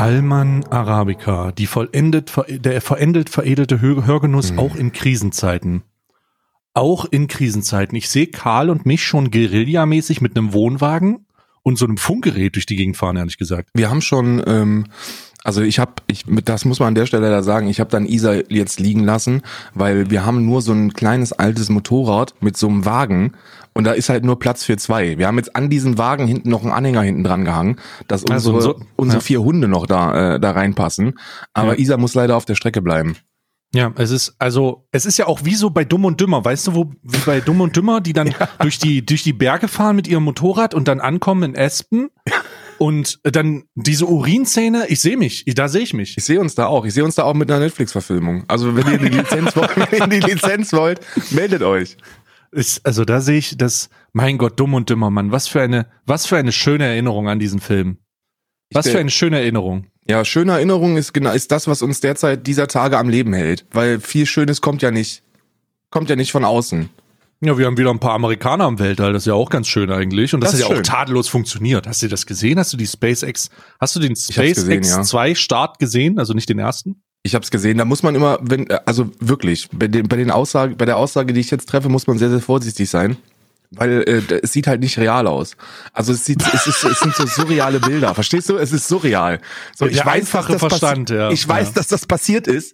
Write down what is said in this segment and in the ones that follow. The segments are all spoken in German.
Alman Arabica, der vollendet veredelte Hörgenuss auch in Krisenzeiten. Auch in Krisenzeiten. Ich sehe Karl und mich schon guerillamäßig mit einem Wohnwagen und so einem Funkgerät durch die Gegend fahren, ehrlich gesagt. Wir haben schon, das muss man an der Stelle da sagen, ich habe dann Isa jetzt liegen lassen, weil wir haben nur so ein kleines altes Motorrad mit so einem Wagen und da ist halt nur Platz für 2. Wir haben jetzt an diesem Wagen hinten noch einen Anhänger hinten dran gehangen, dass unsere 4 Hunde noch da reinpassen, aber Isa muss leider auf der Strecke bleiben. Ja, es ist ja auch wie so bei Dumm und Dümmer, weißt du, wie bei Dumm und Dümmer, die dann durch die Berge fahren mit ihrem Motorrad und dann ankommen in Espen und dann diese Urinszene, da sehe ich mich. Ich sehe uns da auch mit einer Netflix-Verfilmung. Also wenn ihr die Lizenz wollt, meldet euch. Da sehe ich das, mein Gott, Dumm und Dümmer, Mann, was für eine schöne Erinnerung an diesen Film. Was für eine schöne Erinnerung. Ja, schöne Erinnerung ist das, was uns derzeit dieser Tage am Leben hält. Weil viel Schönes kommt ja nicht von außen. Ja, wir haben wieder ein paar Amerikaner am Weltall, das ist ja auch ganz schön eigentlich. Und das hat ja auch tadellos funktioniert. Hast du das gesehen? Hast du den SpaceX 2 Start gesehen? Also nicht den ersten? Ich hab's gesehen. Da muss man immer, wirklich, bei der Aussage, die ich jetzt treffe, muss man sehr, sehr vorsichtig sein. Weil es sieht halt nicht real aus. Also es sind so surreale Bilder, verstehst du? Es ist surreal. So, ich weiß, dass das passiert ist.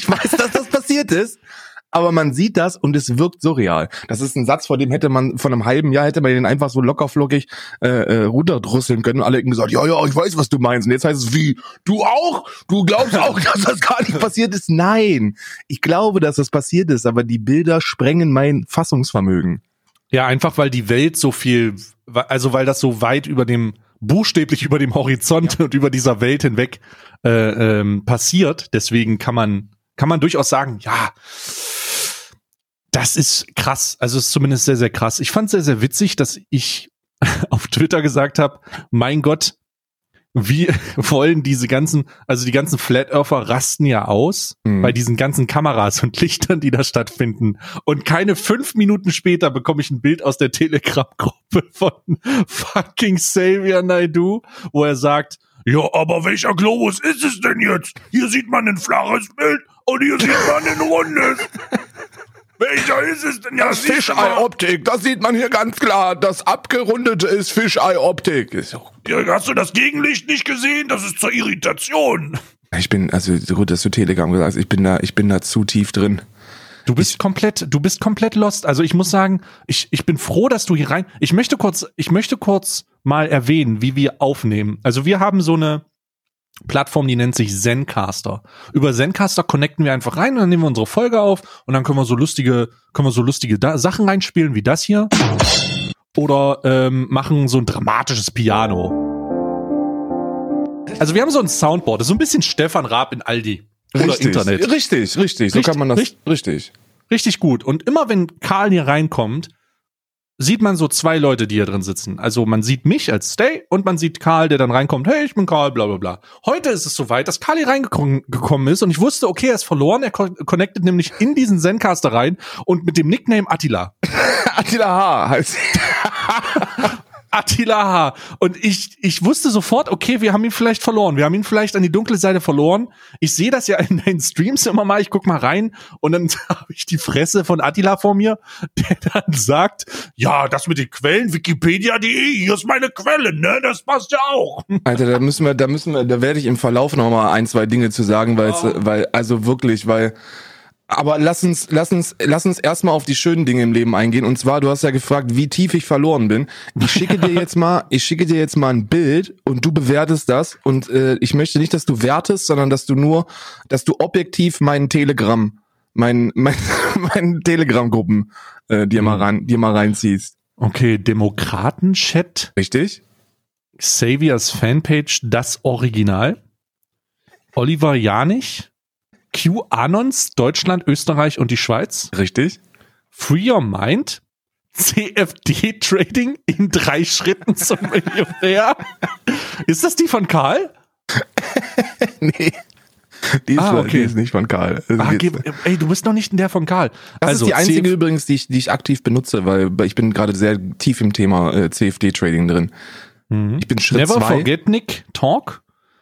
Aber man sieht das und es wirkt surreal. Das ist ein Satz, vor einem halben Jahr hätte man den einfach so lockerflockig runterdrüsseln können und alle hätten gesagt, ja, ich weiß, was du meinst. Und jetzt heißt es wie, du auch? Du glaubst auch, dass das gar nicht passiert ist? Nein, ich glaube, dass das passiert ist, aber die Bilder sprengen mein Fassungsvermögen. Ja, einfach weil die Welt weil das so weit buchstäblich über dem Horizont und über dieser Welt hinweg passiert. Deswegen kann man durchaus sagen, ja, das ist krass. Also es ist zumindest sehr, sehr krass. Ich fand es sehr, sehr witzig, dass ich auf Twitter gesagt habe, mein Gott, wie wollen die ganzen Flat Earther rasten ja aus bei diesen ganzen Kameras und Lichtern, die da stattfinden. Und keine 5 Minuten später bekomme ich ein Bild aus der Telegram-Gruppe von fucking Xavier Naidoo, wo er sagt, ja, aber welcher Globus ist es denn jetzt? Hier sieht man ein flaches Bild und hier sieht man ein rundes. Welcher ist es denn? Ja, das Fisheye-Optik, das sieht man hier ganz klar. Das abgerundete ist Fisheye-Optik. Hast du das Gegenlicht nicht gesehen? Das ist zur Irritation. Ich bin, also gut, dass du Telegram gesagt hast, ich bin da zu tief drin. Du bist komplett lost. Also ich muss sagen, ich bin froh, dass du hier rein. Ich möchte kurz mal erwähnen, wie wir aufnehmen. Also wir haben so eine Plattform, die nennt sich Zencastr. Über Zencastr connecten wir einfach rein und dann nehmen wir unsere Folge auf und dann können wir so lustige Sachen reinspielen wie das hier oder machen so ein dramatisches Piano. Also wir haben so ein Soundboard, das ist so ein bisschen Stefan Raab in Aldi oder Internet. Richtig, so kann man das richtig gut. Und immer wenn Karl hier reinkommt, sieht man so 2 Leute, die hier drin sitzen. Also man sieht mich als Stay und man sieht Karl, der dann reinkommt, hey, ich bin Karl, bla bla bla. Heute ist es soweit, dass Karl hier reingekommen ist und ich wusste, okay, er ist verloren, er connectet nämlich in diesen Zencastr rein und mit dem Nickname Attila. Attila H. heißt Attila H. Und ich wusste sofort, okay, wir haben ihn vielleicht verloren. Wir haben ihn vielleicht an die dunkle Seite verloren. Ich sehe das ja in deinen Streams immer mal. Ich guck mal rein und dann habe ich die Fresse von Attila vor mir, der dann sagt, ja, das mit den Quellen, wikipedia.de, hier ist meine Quelle, ne? Das passt ja auch. Alter, da werde ich im Verlauf noch mal 1, 2 Dinge zu sagen, aber lass uns erstmal auf die schönen Dinge im Leben eingehen. Und zwar, du hast ja gefragt, wie tief ich verloren bin. Ich schicke dir jetzt mal ein Bild und du bewertest das. Und ich möchte nicht, dass du wertest, sondern dass du objektiv meinen meinen Telegram-Gruppen dir mal reinziehst. Okay, Demokraten-Chat. Richtig. Xaviers Fanpage, das Original. Oliver Janich. QAnons, Deutschland, Österreich und die Schweiz. Richtig. Free Your Mind. CFD Trading in 3 Schritten zum Millionär. Ist das die von Karl? Nee. Die ist nicht von Karl. Ey, du bist noch nicht in der von Karl. Das ist die einzige übrigens, die ich aktiv benutze, weil ich bin gerade sehr tief im Thema CFD Trading drin. Mhm. Ich bin Schritt 2. Never Forget Nick Talk.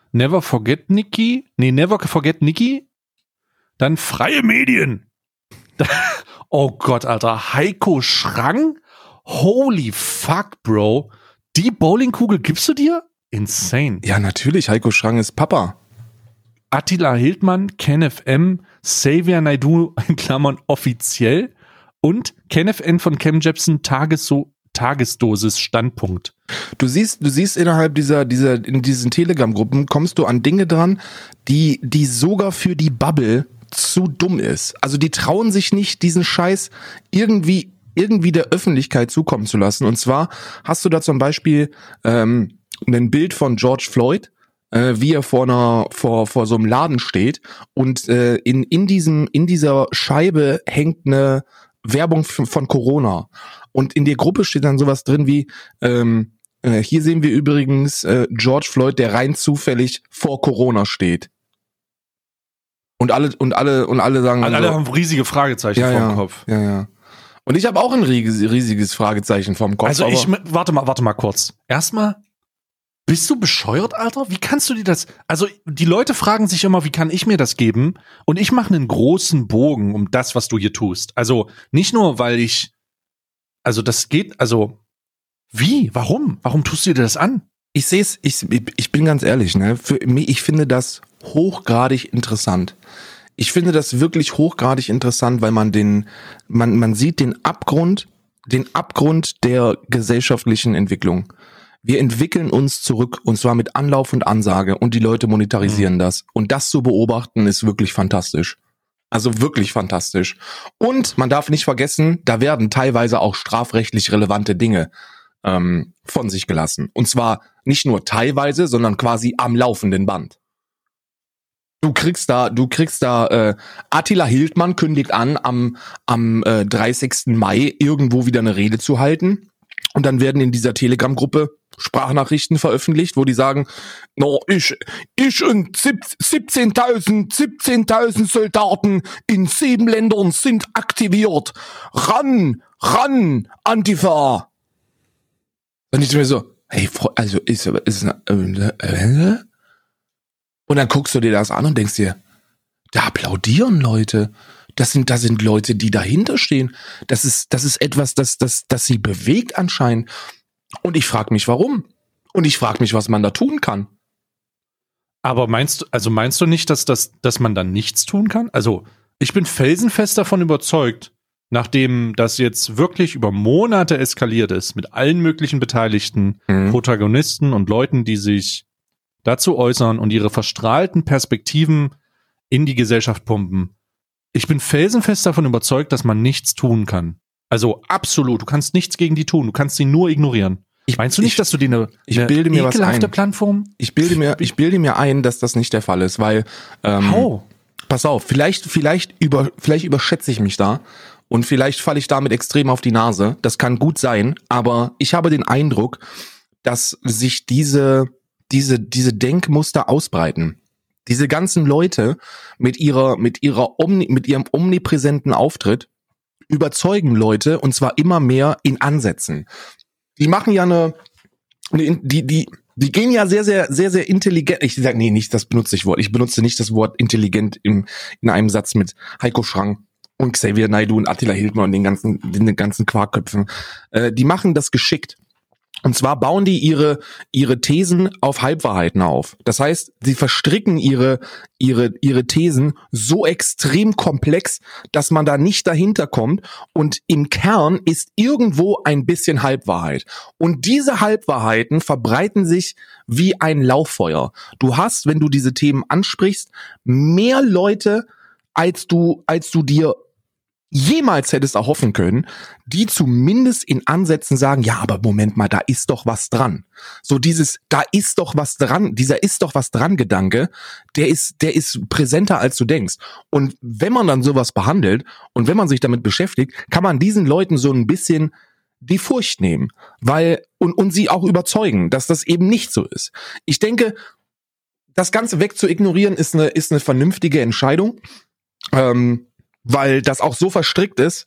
Never Forget Nikki. Nee, Never Forget Nikki. Dann freie Medien. Oh Gott, Alter. Heiko Schrang? Holy fuck, Bro. Die Bowlingkugel gibst du dir? Insane. Ja, natürlich. Heiko Schrang ist Papa. Attila Hildmann, Kenneth M., Xavier Naidoo, in Klammern offiziell, und Kenneth N. von Cam Jepsen, Tagesdosis Standpunkt. Du siehst innerhalb in diesen Telegram-Gruppen kommst du an Dinge dran, die sogar für die Bubble zu dumm ist. Also die trauen sich nicht, diesen Scheiß irgendwie der Öffentlichkeit zukommen zu lassen. Und zwar hast du da zum Beispiel ein Bild von George Floyd, wie er vor so einem Laden steht, und in dieser Scheibe hängt eine Werbung von Corona. Und in der Gruppe steht dann sowas drin wie, hier sehen wir übrigens George Floyd, der rein zufällig vor Corona steht. Und alle sagen Alle so, haben riesige Fragezeichen vorm Kopf. Ja. Und ich habe auch ein riesiges Fragezeichen vorm Kopf. Also warte mal kurz. Erstmal, bist du bescheuert, Alter? Wie kannst du dir das, also die Leute fragen sich immer, wie kann ich mir das geben? Und ich mache einen großen Bogen um das, was du hier tust. Also nicht nur, wie? Warum tust du dir das an? Ich bin ganz ehrlich, ne? Für mich, ich finde das hochgradig interessant. Ich finde das wirklich hochgradig interessant, weil man sieht den Abgrund der gesellschaftlichen Entwicklung. Wir entwickeln uns zurück, und zwar mit Anlauf und Ansage, und die Leute monetarisieren das. Und das zu beobachten ist wirklich fantastisch. Also wirklich fantastisch. Und man darf nicht vergessen, da werden teilweise auch strafrechtlich relevante Dinge von sich gelassen. Und zwar nicht nur teilweise, sondern quasi am laufenden Band. Du kriegst da Attila Hildmann kündigt an, am 30. Mai irgendwo wieder eine Rede zu halten. Und dann werden in dieser Telegram-Gruppe Sprachnachrichten veröffentlicht, wo die sagen, ich und 17.000 Soldaten in 7 Ländern sind aktiviert. Ran, Antifa. Und ich mir so, hey, also und dann guckst du dir das an und denkst dir, da applaudieren Leute. Das sind Leute, die dahinter stehen. Das ist etwas, das sie bewegt anscheinend. Und ich frage mich, warum? Und ich frage mich, was man da tun kann. Aber meinst du nicht, dass man dann nichts tun kann? Also, ich bin felsenfest davon überzeugt, nachdem das jetzt wirklich über Monate eskaliert ist, mit allen möglichen Beteiligten, Protagonisten und Leuten, die sich dazu äußern und ihre verstrahlten Perspektiven in die Gesellschaft pumpen. Ich bin felsenfest davon überzeugt, dass man nichts tun kann. Also absolut, du kannst nichts gegen die tun, du kannst sie nur ignorieren. Meinst du nicht, dass du dir eine ekelhafte Plattform? Ich bilde mir ein, dass das nicht der Fall ist, weil pass auf, vielleicht überschätze ich mich da und vielleicht falle ich damit extrem auf die Nase. Das kann gut sein, aber ich habe den Eindruck, dass sich diese Denkmuster ausbreiten. Diese ganzen Leute mit ihrem omnipräsenten Auftritt überzeugen Leute, und zwar immer mehr in Ansätzen. Die machen ja die gehen ja sehr, sehr, sehr, sehr intelligent. Ich sage, nee, nicht das benutze ich Wort. Ich benutze nicht das Wort intelligent in einem Satz mit Heiko Schrang und Xavier Naidoo und Attila Hildmann und den ganzen Quarkköpfen. Die machen das geschickt. Und zwar bauen die ihre Thesen auf Halbwahrheiten auf. Das heißt, sie verstricken ihre Thesen so extrem komplex, dass man da nicht dahinter kommt. Und im Kern ist irgendwo ein bisschen Halbwahrheit. Und diese Halbwahrheiten verbreiten sich wie ein Lauffeuer. Du hast, wenn du diese Themen ansprichst, mehr Leute, als du dir jemals hättest erhoffen können, die zumindest in Ansätzen sagen, ja, aber Moment mal, da ist doch was dran. So da ist doch was dran, dieser ist doch was dran Gedanke, der ist präsenter als du denkst. Und wenn man dann sowas behandelt und wenn man sich damit beschäftigt, kann man diesen Leuten so ein bisschen die Furcht nehmen, und sie auch überzeugen, dass das eben nicht so ist. Ich denke, das Ganze wegzuignorieren ist eine vernünftige Entscheidung, weil das auch so verstrickt ist,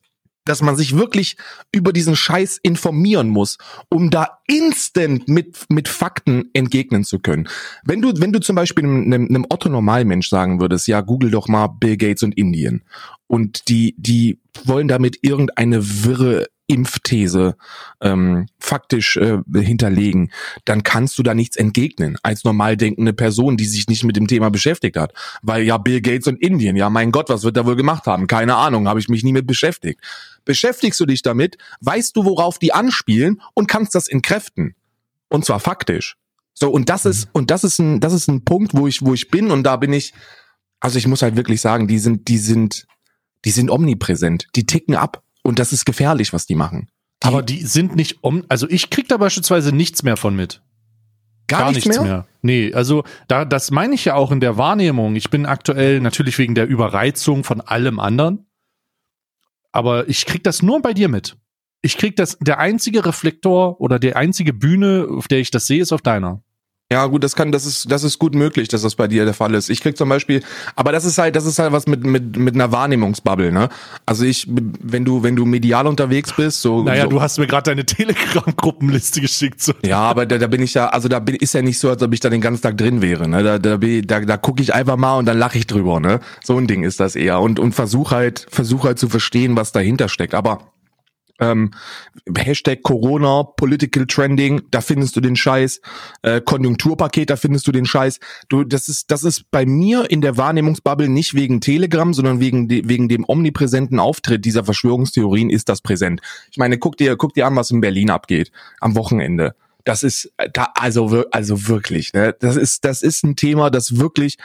dass man sich wirklich über diesen Scheiß informieren muss, um da instant mit Fakten entgegnen zu können. Wenn du zum Beispiel einem Otto-Normalmensch sagen würdest, ja, google doch mal Bill Gates und Indien, und die wollen damit irgendeine wirre Impfthese faktisch hinterlegen, dann kannst du da nichts entgegnen als normal denkende Person, die sich nicht mit dem Thema beschäftigt hat. Weil ja, Bill Gates und Indien, ja mein Gott, was wird er wohl gemacht haben? Keine Ahnung, habe ich mich nie mit beschäftigt. Beschäftigst du dich damit, weißt du, worauf die anspielen und kannst das entkräften. Und zwar faktisch. So, und das ist ein Punkt, wo ich bin, und da bin ich, also ich muss halt wirklich sagen, die sind omnipräsent, die ticken ab. Und das ist gefährlich, was die machen. Aber die sind nicht also ich krieg da beispielsweise nichts mehr von mit. Gar nichts mehr? Nee, also das meine ich ja auch in der Wahrnehmung. Ich bin aktuell natürlich wegen der Überreizung von allem anderen, aber ich krieg das nur bei dir mit. Ich krieg der einzige Reflektor oder die einzige Bühne, auf der ich das sehe, ist auf deiner. Ja, gut, das ist gut möglich, dass das bei dir der Fall ist. Ich krieg zum Beispiel, aber das ist halt was mit einer Wahrnehmungsbubble, ne? Also wenn du medial unterwegs bist, so. Naja, du hast mir gerade deine Telegram-Gruppenliste geschickt. So. Ja, aber da bin ich ja, also ist ja nicht so, als ob ich da den ganzen Tag drin wäre, ne? Da gucke ich einfach mal und dann lache ich drüber, ne? So ein Ding ist das eher, und versuch halt zu verstehen, was dahinter steckt. Aber Hashtag Corona, Political Trending, da findest du den Scheiß, Konjunkturpaket, da findest du den Scheiß. Das ist bei mir in der Wahrnehmungsbubble nicht wegen Telegram, sondern wegen dem omnipräsenten Auftritt dieser Verschwörungstheorien ist das präsent. Ich meine, guck dir an, was in Berlin abgeht am Wochenende. Das ist also wirklich, ne? Das ist ein Thema, das wirklich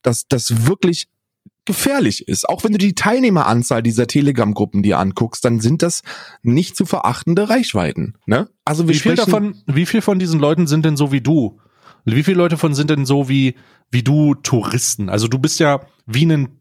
gefährlich ist. Auch wenn du die Teilnehmeranzahl dieser Telegram-Gruppen dir anguckst, dann sind das nicht zu verachtende Reichweiten, ne? Also wie viel von diesen Leuten sind denn so wie du? Wie viele Leute von sind denn so wie du Touristen? Also du bist ja wie ein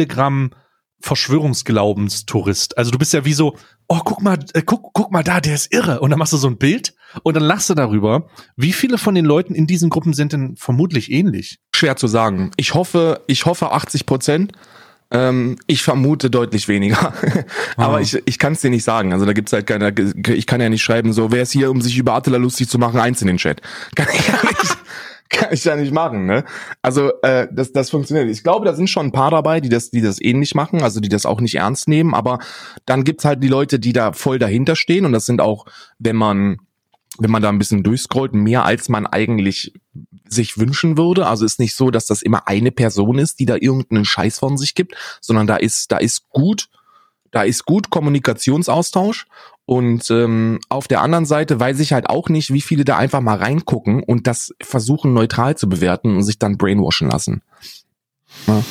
Telegram-Verschwörungsglaubenstourist. Also du bist ja wie so, oh, guck mal da, der ist irre. Und dann machst du so ein Bild und dann lachst du darüber. Wie viele von den Leuten in diesen Gruppen sind denn vermutlich ähnlich? Schwer zu sagen. Ich hoffe 80%. Ich vermute deutlich weniger. Aber ich kann es dir nicht sagen. Also da gibt's halt ich kann ja nicht schreiben, so, wer ist hier, um sich über Attila lustig zu machen, eins in den Chat. Kann ich ja nicht machen, ne? Also, das funktioniert. Ich glaube, da sind schon ein paar dabei, die das ähnlich machen, also die das auch nicht ernst nehmen, aber dann gibt's halt die Leute, die da voll dahinter stehen, und das sind auch, wenn man da ein bisschen durchscrollt, mehr als man eigentlich sich wünschen würde. Also ist nicht so, dass das immer eine Person ist, die da irgendeinen Scheiß von sich gibt, sondern da ist gut Kommunikationsaustausch. Und auf der anderen Seite weiß ich halt auch nicht, wie viele da einfach mal reingucken und das versuchen neutral zu bewerten und sich dann brainwashen lassen. Ja.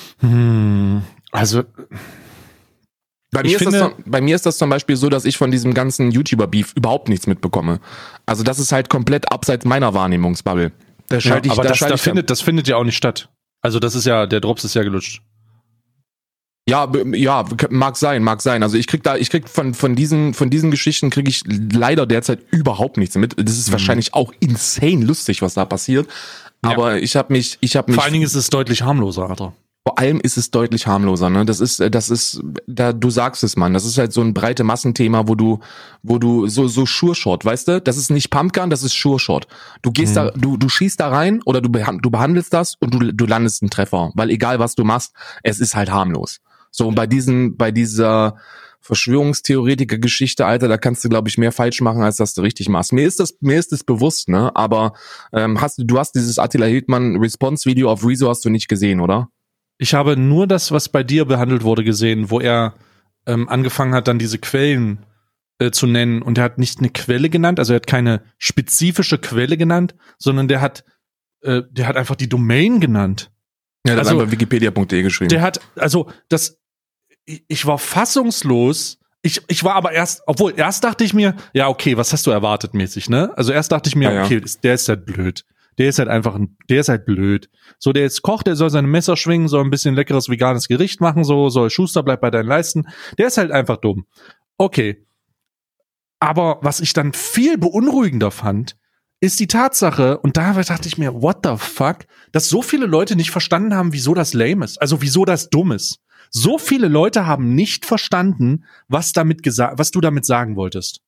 Also bei mir ist das zum Beispiel so, dass ich von diesem ganzen YouTuber-Beef überhaupt nichts mitbekomme. Also das ist halt komplett abseits meiner Wahrnehmungsbubble. Das findet ja auch nicht statt. Also das ist ja, der Drops ist ja gelutscht. Ja, mag sein. Also ich krieg von diesen Geschichten kriege ich leider derzeit überhaupt nichts mit. Das ist wahrscheinlich auch insane lustig, was da passiert. Aber ich habe mich. Vor allen Dingen ist es deutlich harmloser, Alter. Vor allem ist es deutlich harmloser, ne? Das ist, du sagst es, Mann. Das ist halt so ein breite Massenthema, wo du so Sure-Shot, weißt du? Das ist nicht Pumpgun, das ist Sure-Shot. Du gehst da, du schießt da rein oder du behandelst das und du landest einen Treffer. Weil egal was du machst, es ist halt harmlos. So, und bei dieser Verschwörungstheoretiker-Geschichte, Alter, da kannst du, glaube ich, mehr falsch machen, als dass du richtig machst. Mir ist das bewusst, ne? Aber du hast dieses Attila Hildmann Response-Video auf Rezo hast du nicht gesehen, oder? Ich habe nur das, was bei dir behandelt wurde, gesehen, wo er angefangen hat, dann diese Quellen zu nennen. Und er hat nicht eine Quelle genannt, also er hat keine spezifische Quelle genannt, sondern der hat einfach die Domain genannt. Ja, das hat einfach wikipedia.de geschrieben. Ich war fassungslos. Ich war aber erst dachte ich mir, ja, okay, was hast du erwartet mäßig, ne? Also erst dachte ich mir, okay, der ist halt blöd. Der ist halt blöd. So, der jetzt kocht, der soll seine Messer schwingen, soll ein bisschen leckeres veganes Gericht machen, so, soll Schuster, bleib bei deinen Leisten. Der ist halt einfach dumm. Okay. Aber was ich dann viel beunruhigender fand, ist die Tatsache, und da dachte ich mir, what the fuck, dass so viele Leute nicht verstanden haben, wieso das lame ist, also wieso das dumm ist. So viele Leute haben nicht verstanden, was du damit sagen wolltest.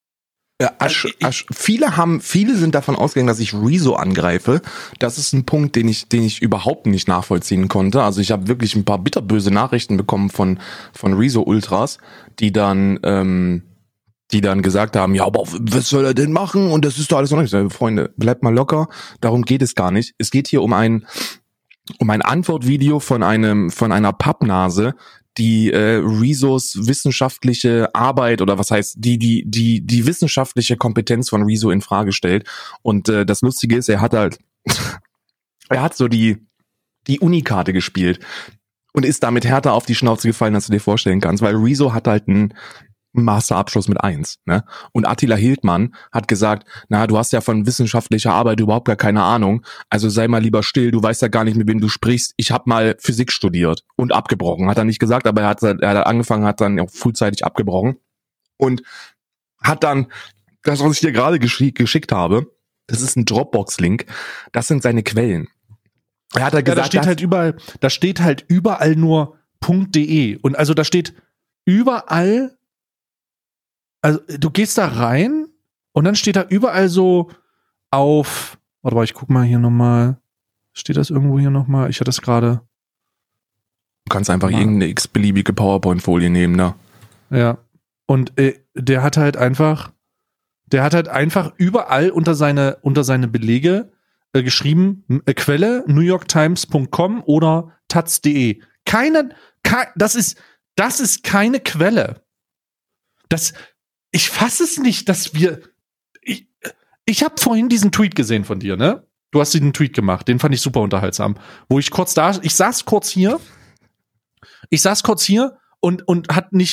Viele sind davon ausgegangen, dass ich Rezo angreife. Das ist ein Punkt, den ich überhaupt nicht nachvollziehen konnte. Also ich habe wirklich ein paar bitterböse Nachrichten bekommen von Rezo Ultras, die dann gesagt haben, ja, aber was soll er denn machen? Und das ist doch alles noch nicht. Freunde, bleibt mal locker. Darum geht es gar nicht. Es geht hier um ein Antwortvideo von einer Pappnase, die Rezos wissenschaftliche Arbeit oder was heißt die wissenschaftliche Kompetenz von Rezo in Frage stellt. Und das Lustige ist, er hat so die Unikarte gespielt und ist damit härter auf die Schnauze gefallen, als du dir vorstellen kannst, weil Rezo hat halt einen Masterabschluss mit 1, ne? Und Attila Hildmann hat gesagt, na, du hast ja von wissenschaftlicher Arbeit überhaupt gar keine Ahnung, also sei mal lieber still, du weißt ja gar nicht, mit wem du sprichst. Ich habe mal Physik studiert und abgebrochen, hat er nicht gesagt, aber er hat angefangen, hat dann auch frühzeitig abgebrochen und hat dann das, was ich dir gerade geschickt habe, das ist ein Dropbox-Link, das sind seine Quellen. Er hat gesagt, da steht halt überall nur .de und also da steht überall. Also du gehst da rein und dann steht da überall so auf, warte mal, ich guck mal hier nochmal, steht das irgendwo hier nochmal? Ich hatte das gerade. Du kannst einfach irgendeine x-beliebige PowerPoint-Folie nehmen, ne? Ja, und der hat halt einfach überall unter seine Belege geschrieben, Quelle newyorktimes.com oder taz.de. Das ist keine Quelle. Ich fasse es nicht, dass ich habe vorhin diesen Tweet gesehen von dir, ne? Du hast diesen Tweet gemacht, den fand ich super unterhaltsam, wo ich saß kurz hier und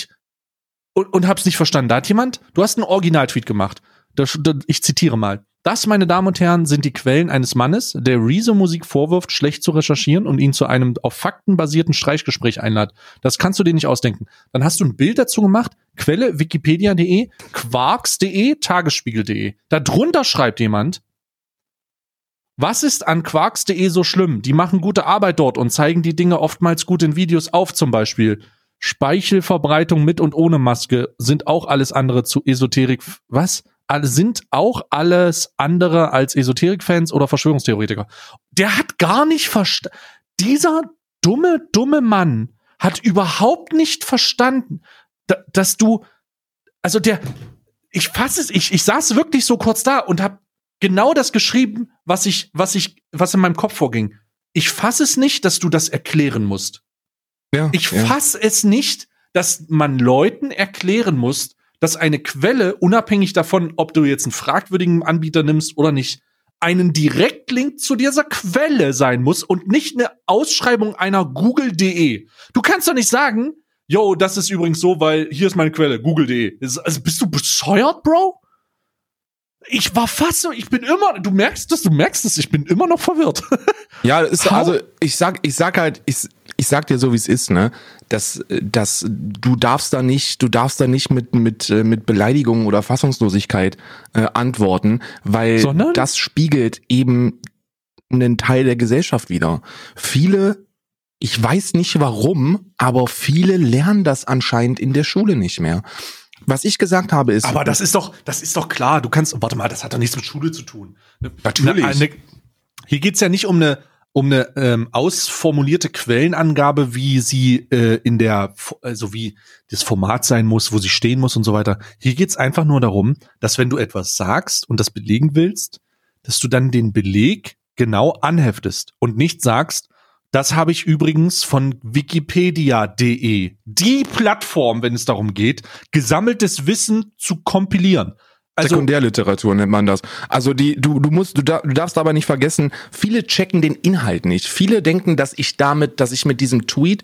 hab's nicht verstanden. Da hat jemand, du hast einen Original-Tweet gemacht. Ich zitiere mal. Das, meine Damen und Herren, sind die Quellen eines Mannes, der Rezo-Musik vorwirft, schlecht zu recherchieren und ihn zu einem auf Fakten basierten Streichgespräch einlädt. Das kannst du dir nicht ausdenken. Dann hast du ein Bild dazu gemacht, Quelle wikipedia.de, quarks.de, tagesspiegel.de. Darunter schreibt jemand, was ist an quarks.de so schlimm? Die machen gute Arbeit dort und zeigen die Dinge oftmals gut in Videos auf, zum Beispiel Speichelverbreitung mit und ohne Maske sind auch alles andere zu Esoterik. Was? Sind auch alles andere als Esoterik-Fans oder Verschwörungstheoretiker. Der hat gar nicht verstanden. Dieser dumme Mann hat überhaupt nicht verstanden, dass du, also ich saß wirklich so kurz da und hab genau das geschrieben, was in meinem Kopf vorging. Ich fasse es nicht, dass du das erklären musst. Ich fasse es nicht, dass man Leuten erklären muss, dass eine Quelle, unabhängig davon, ob du jetzt einen fragwürdigen Anbieter nimmst oder nicht, einen Direktlink zu dieser Quelle sein muss und nicht eine Ausschreibung einer Google.de. Du kannst doch nicht sagen, yo, das ist übrigens so, weil hier ist meine Quelle, Google.de. Also bist du bescheuert, Bro? Ich war fast so, du merkst es, ich bin immer noch verwirrt. Ja, also ich sag dir so, wie es ist, ne, dass du darfst da nicht mit Beleidigung oder Fassungslosigkeit antworten, weil das spiegelt eben einen Teil der Gesellschaft wider. Viele, ich weiß nicht warum, aber viele lernen das anscheinend in der Schule nicht mehr. Was ich gesagt habe ist... Aber das ist doch klar. Du kannst... Warte mal, das hat doch nichts mit Schule zu tun. Natürlich. Hier geht's ja nicht um eine ausformulierte Quellenangabe, wie sie wie das Format sein muss, wo sie stehen muss und so weiter. Hier geht's einfach nur darum, dass wenn du etwas sagst und das belegen willst, dass du dann den Beleg genau anheftest und nicht sagst, das habe ich übrigens von wikipedia.de, die Plattform, wenn es darum geht, gesammeltes Wissen zu kompilieren. Also, Sekundärliteratur nennt man das. Also du darfst aber nicht vergessen, viele checken den Inhalt nicht. Viele denken, dass ich mit diesem Tweet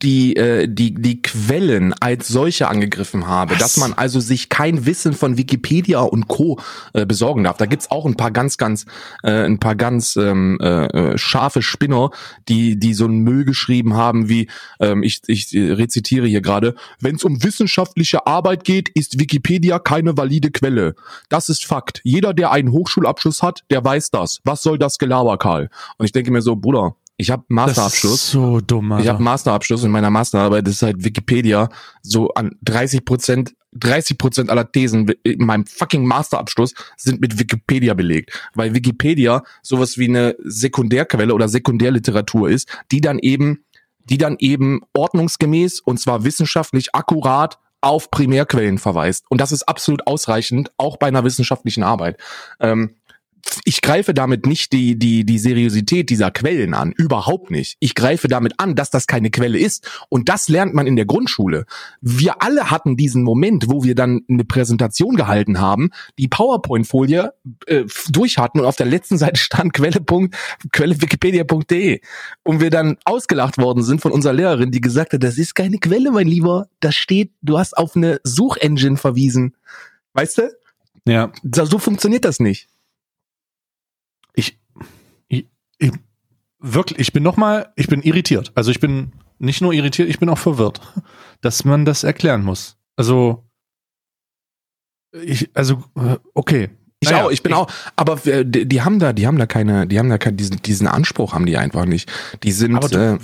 die Quellen als solche angegriffen habe. Was? Dass man also sich kein Wissen von Wikipedia und Co. Besorgen darf. Da gibt's auch ein paar ganz scharfe Spinner, die so einen Müll geschrieben haben, wie ich rezitiere hier gerade: Wenn es um wissenschaftliche Arbeit geht, ist Wikipedia keine valide Quelle. Das ist Fakt. Jeder, der einen Hochschulabschluss hat, der weiß das. Was soll das Gelaber, Karl? Und ich denke mir so, Bruder, Ich habe Masterabschluss. Das ist so dumm, Alter. Ich habe Masterabschluss, in meiner Masterarbeit ist halt Wikipedia so an 30% aller Thesen in meinem fucking Masterabschluss sind mit Wikipedia belegt, weil Wikipedia sowas wie eine Sekundärquelle oder Sekundärliteratur ist, die dann eben ordnungsgemäß und zwar wissenschaftlich akkurat auf Primärquellen verweist. Und das ist absolut ausreichend, auch bei einer wissenschaftlichen Arbeit. Ich greife damit nicht die Seriosität dieser Quellen an. Überhaupt nicht. Ich greife damit an, dass das keine Quelle ist. Und das lernt man in der Grundschule. Wir alle hatten diesen Moment, wo wir dann eine Präsentation gehalten haben, die PowerPoint-Folie durch hatten und auf der letzten Seite stand Quelle wikipedia.de. Und wir dann ausgelacht worden sind von unserer Lehrerin, die gesagt hat, das ist keine Quelle, mein Lieber. Da steht, du hast auf eine Suchengine verwiesen. Weißt du? Ja. So funktioniert das nicht. Ich bin irritiert. Also ich bin nicht nur irritiert, ich bin auch verwirrt, dass man das erklären muss. Also, okay. Ich bin auch, aber die haben da diesen Anspruch haben die einfach nicht. Die sind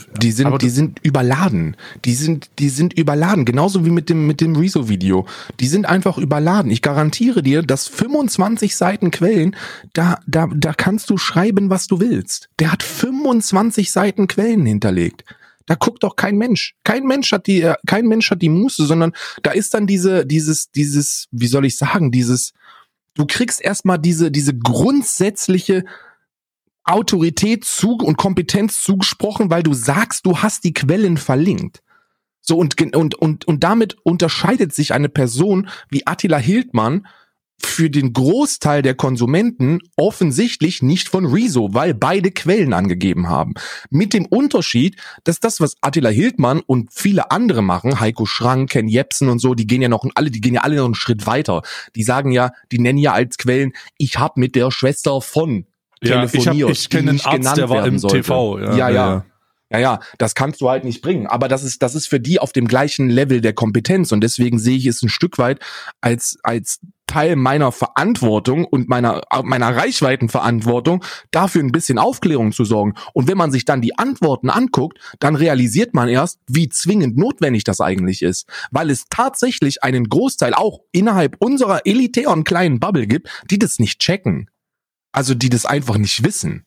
überladen. Die sind überladen, genauso wie mit dem Rezo-Video. Die sind einfach überladen. Ich garantiere dir, dass 25 Seiten Quellen, da kannst du schreiben, was du willst. Der hat 25 Seiten Quellen hinterlegt. Da guckt doch kein Mensch. Kein Mensch hat die Muße, sondern da ist dann dieses, wie soll ich sagen, du kriegst erstmal diese grundsätzliche Autorität und Kompetenz zugesprochen, weil du sagst, du hast die Quellen verlinkt. So und damit unterscheidet sich eine Person wie Attila Hildmann für den Großteil der Konsumenten offensichtlich nicht von Rezo, weil beide Quellen angegeben haben. Mit dem Unterschied, dass das, was Attila Hildmann und viele andere machen, Heiko Schrank, Ken Jebsen und so, die gehen ja alle noch einen Schritt weiter. Die sagen ja, die nennen ja als Quellen, ich habe mit der Schwester von telefoniert. Ich kenne einen Arzt, der war im TV. Ja, das kannst du halt nicht bringen. Aber das ist für die auf dem gleichen Level der Kompetenz. Und deswegen sehe ich es ein Stück weit als Teil meiner Verantwortung und meiner Reichweitenverantwortung, dafür ein bisschen Aufklärung zu sorgen. Und wenn man sich dann die Antworten anguckt, dann realisiert man erst, wie zwingend notwendig das eigentlich ist. Weil es tatsächlich einen Großteil auch innerhalb unserer elitären kleinen Bubble gibt, die das nicht checken. Also die das einfach nicht wissen.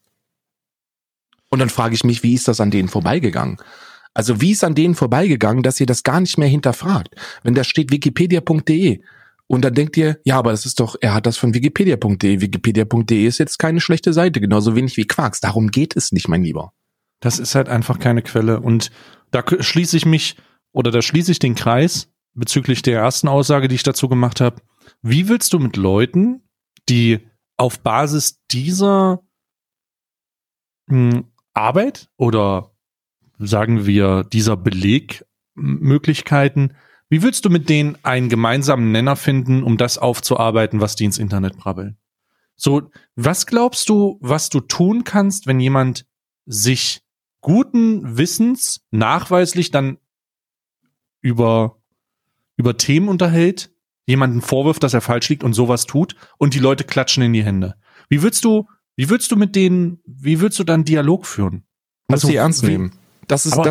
Und dann frage ich mich, wie ist das an denen vorbeigegangen? Also wie ist an denen vorbeigegangen, dass ihr das gar nicht mehr hinterfragt? Wenn da steht wikipedia.de und dann denkt ihr, ja, aber das ist doch, er hat das von wikipedia.de. Wikipedia.de ist jetzt keine schlechte Seite, genauso wenig wie Quarks. Darum geht es nicht, mein Lieber. Das ist halt einfach keine Quelle. Und da schließe ich den Kreis bezüglich der ersten Aussage, die ich dazu gemacht habe. Wie willst du mit Leuten, die auf Basis dieser Arbeit oder sagen wir dieser Belegmöglichkeiten, wie willst du mit denen einen gemeinsamen Nenner finden, um das aufzuarbeiten, was die ins Internet brabbeln? So, was glaubst du, was du tun kannst, wenn jemand sich guten Wissens nachweislich dann über Themen unterhält, jemanden vorwirft, dass er falsch liegt und sowas tut und die Leute klatschen in die Hände? Wie willst du dann Dialog führen? Also sie ernst nehmen. Das ist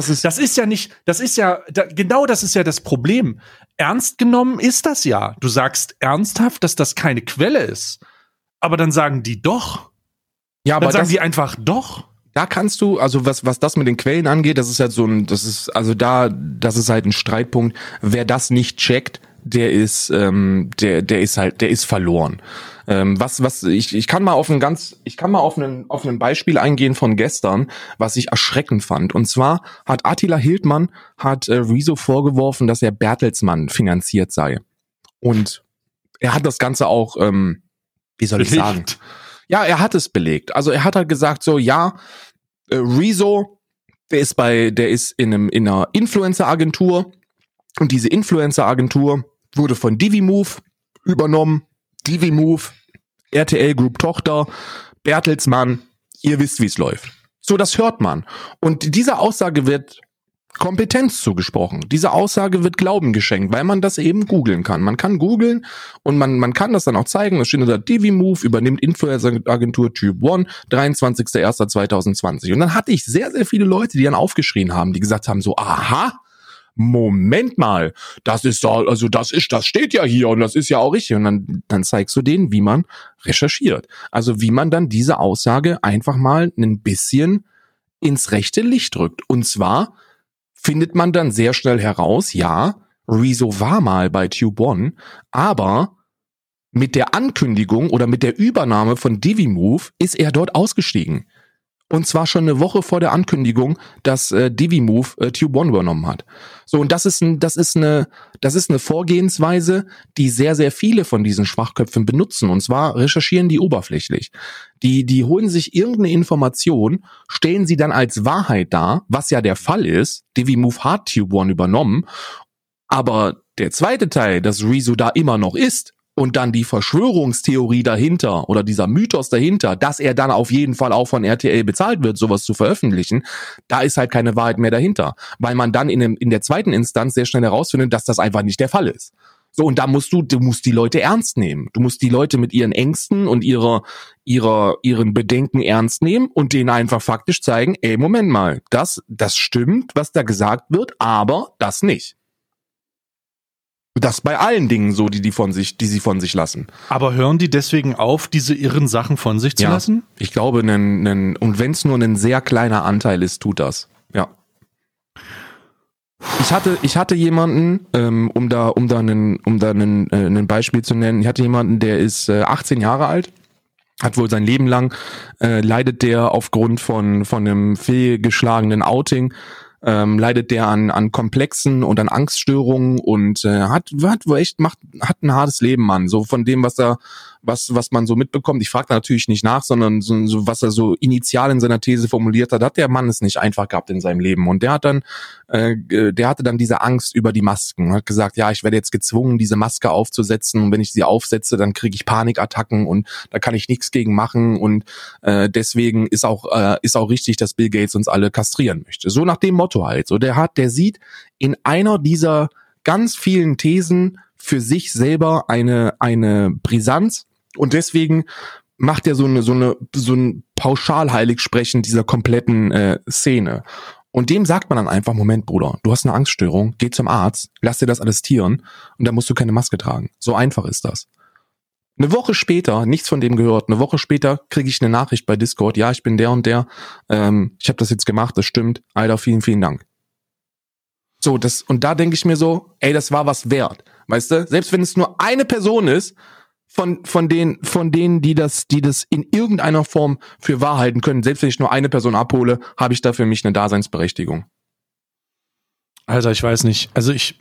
ja das Problem. Ernst genommen ist das ja. Du sagst ernsthaft, dass das keine Quelle ist. Aber dann sagen die doch. Ja, aber dann sagen die einfach doch. Da kannst du, also was das mit den Quellen angeht, das ist halt das ist halt ein Streitpunkt. Wer das nicht checkt, der ist verloren. Ich kann mal auf ein Beispiel eingehen von gestern, was ich erschreckend fand. Und zwar hat Attila Hildmann Rezo vorgeworfen, dass er Bertelsmann finanziert sei. Und er hat das Ganze auch, wie soll ich sagen? Ja, er hat es belegt. Also er hat halt gesagt so, ja, Rezo, der ist in einer Influencer-Agentur und diese Influencer-Agentur wurde von Divimove übernommen. Divimove, RTL Group Tochter, Bertelsmann, ihr wisst, wie es läuft. So, das hört man. Und diese Aussage wird Kompetenz zugesprochen. Diese Aussage wird Glauben geschenkt, weil man das eben googeln kann. Man kann googeln und man kann das dann auch zeigen. Da steht unter DiviMove übernimmt Influencer-Agentur Type One, 23.01.2020. Und dann hatte ich sehr, sehr viele Leute, die dann aufgeschrien haben, die gesagt haben so, aha, Moment mal, das steht ja hier und das ist ja auch richtig. Und dann zeigst du denen, wie man recherchiert. Also wie man dann diese Aussage einfach mal ein bisschen ins rechte Licht rückt. Und zwar findet man dann sehr schnell heraus, ja, Rezo war mal bei Tube One, aber mit der Ankündigung oder mit der Übernahme von DiviMove ist er dort ausgestiegen. Und zwar schon eine Woche vor der Ankündigung, dass DiviMove Tube One übernommen hat. So, und das ist eine Vorgehensweise, die sehr, sehr viele von diesen Schwachköpfen benutzen. Und zwar recherchieren die oberflächlich. Die holen sich irgendeine Information, stellen sie dann als Wahrheit dar, was ja der Fall ist. DiviMove hat Tube One übernommen. Aber der zweite Teil, dass Rezo da immer noch ist, und dann die Verschwörungstheorie dahinter oder dieser Mythos dahinter, dass er dann auf jeden Fall auch von RTL bezahlt wird, sowas zu veröffentlichen, da ist halt keine Wahrheit mehr dahinter. Weil man dann in der zweiten Instanz sehr schnell herausfindet, dass das einfach nicht der Fall ist. So, und da musst du musst die Leute ernst nehmen. Du musst die Leute mit ihren Ängsten und ihren Bedenken ernst nehmen und denen einfach faktisch zeigen, ey, Moment mal, das stimmt, was da gesagt wird, aber das nicht. Das bei allen Dingen so, die sie von sich lassen. Aber hören die deswegen auf, diese irren Sachen von sich zu lassen? Ich glaube, und wenn es nur ein sehr kleiner Anteil ist, tut das. Ja. Ich hatte jemanden, um da ein Beispiel zu nennen, ich hatte jemanden, der ist 18 Jahre alt, hat wohl sein Leben lang, leidet der aufgrund von einem fehlgeschlagenen Outing, leidet der an Komplexen und an Angststörungen und hat ein hartes Leben, Mann. So von dem, was man so mitbekommt. Ich frage da natürlich nicht nach, sondern so was er so initial in seiner These formuliert hat der Mann es nicht einfach gehabt in seinem Leben. Und der hatte dann diese Angst über die Masken und hat gesagt, ja, ich werde jetzt gezwungen, diese Maske aufzusetzen und wenn ich sie aufsetze, dann kriege ich Panikattacken und da kann ich nichts gegen machen und deswegen ist auch richtig, dass Bill Gates uns alle kastrieren möchte. So nach dem Motto halt. So der sieht in einer dieser ganz vielen Thesen für sich selber eine Brisanz und deswegen macht er so ein Pauschalheiligsprechen dieser kompletten Szene. Und dem sagt man dann einfach, Moment, Bruder, du hast eine Angststörung, geh zum Arzt, lass dir das attestieren und dann musst du keine Maske tragen. So einfach ist das. Eine Woche später, nichts von dem gehört, eine Woche später kriege ich eine Nachricht bei Discord, ja, ich bin der und der, ich habe das jetzt gemacht, das stimmt, Alter, vielen, vielen Dank. So, und da denke ich mir so, ey, das war was wert, weißt du? Selbst wenn es nur eine Person ist, von denen, die das in irgendeiner Form für wahr halten können, selbst wenn ich nur eine Person abhole, habe ich da für mich eine Daseinsberechtigung. Alter, ich weiß nicht.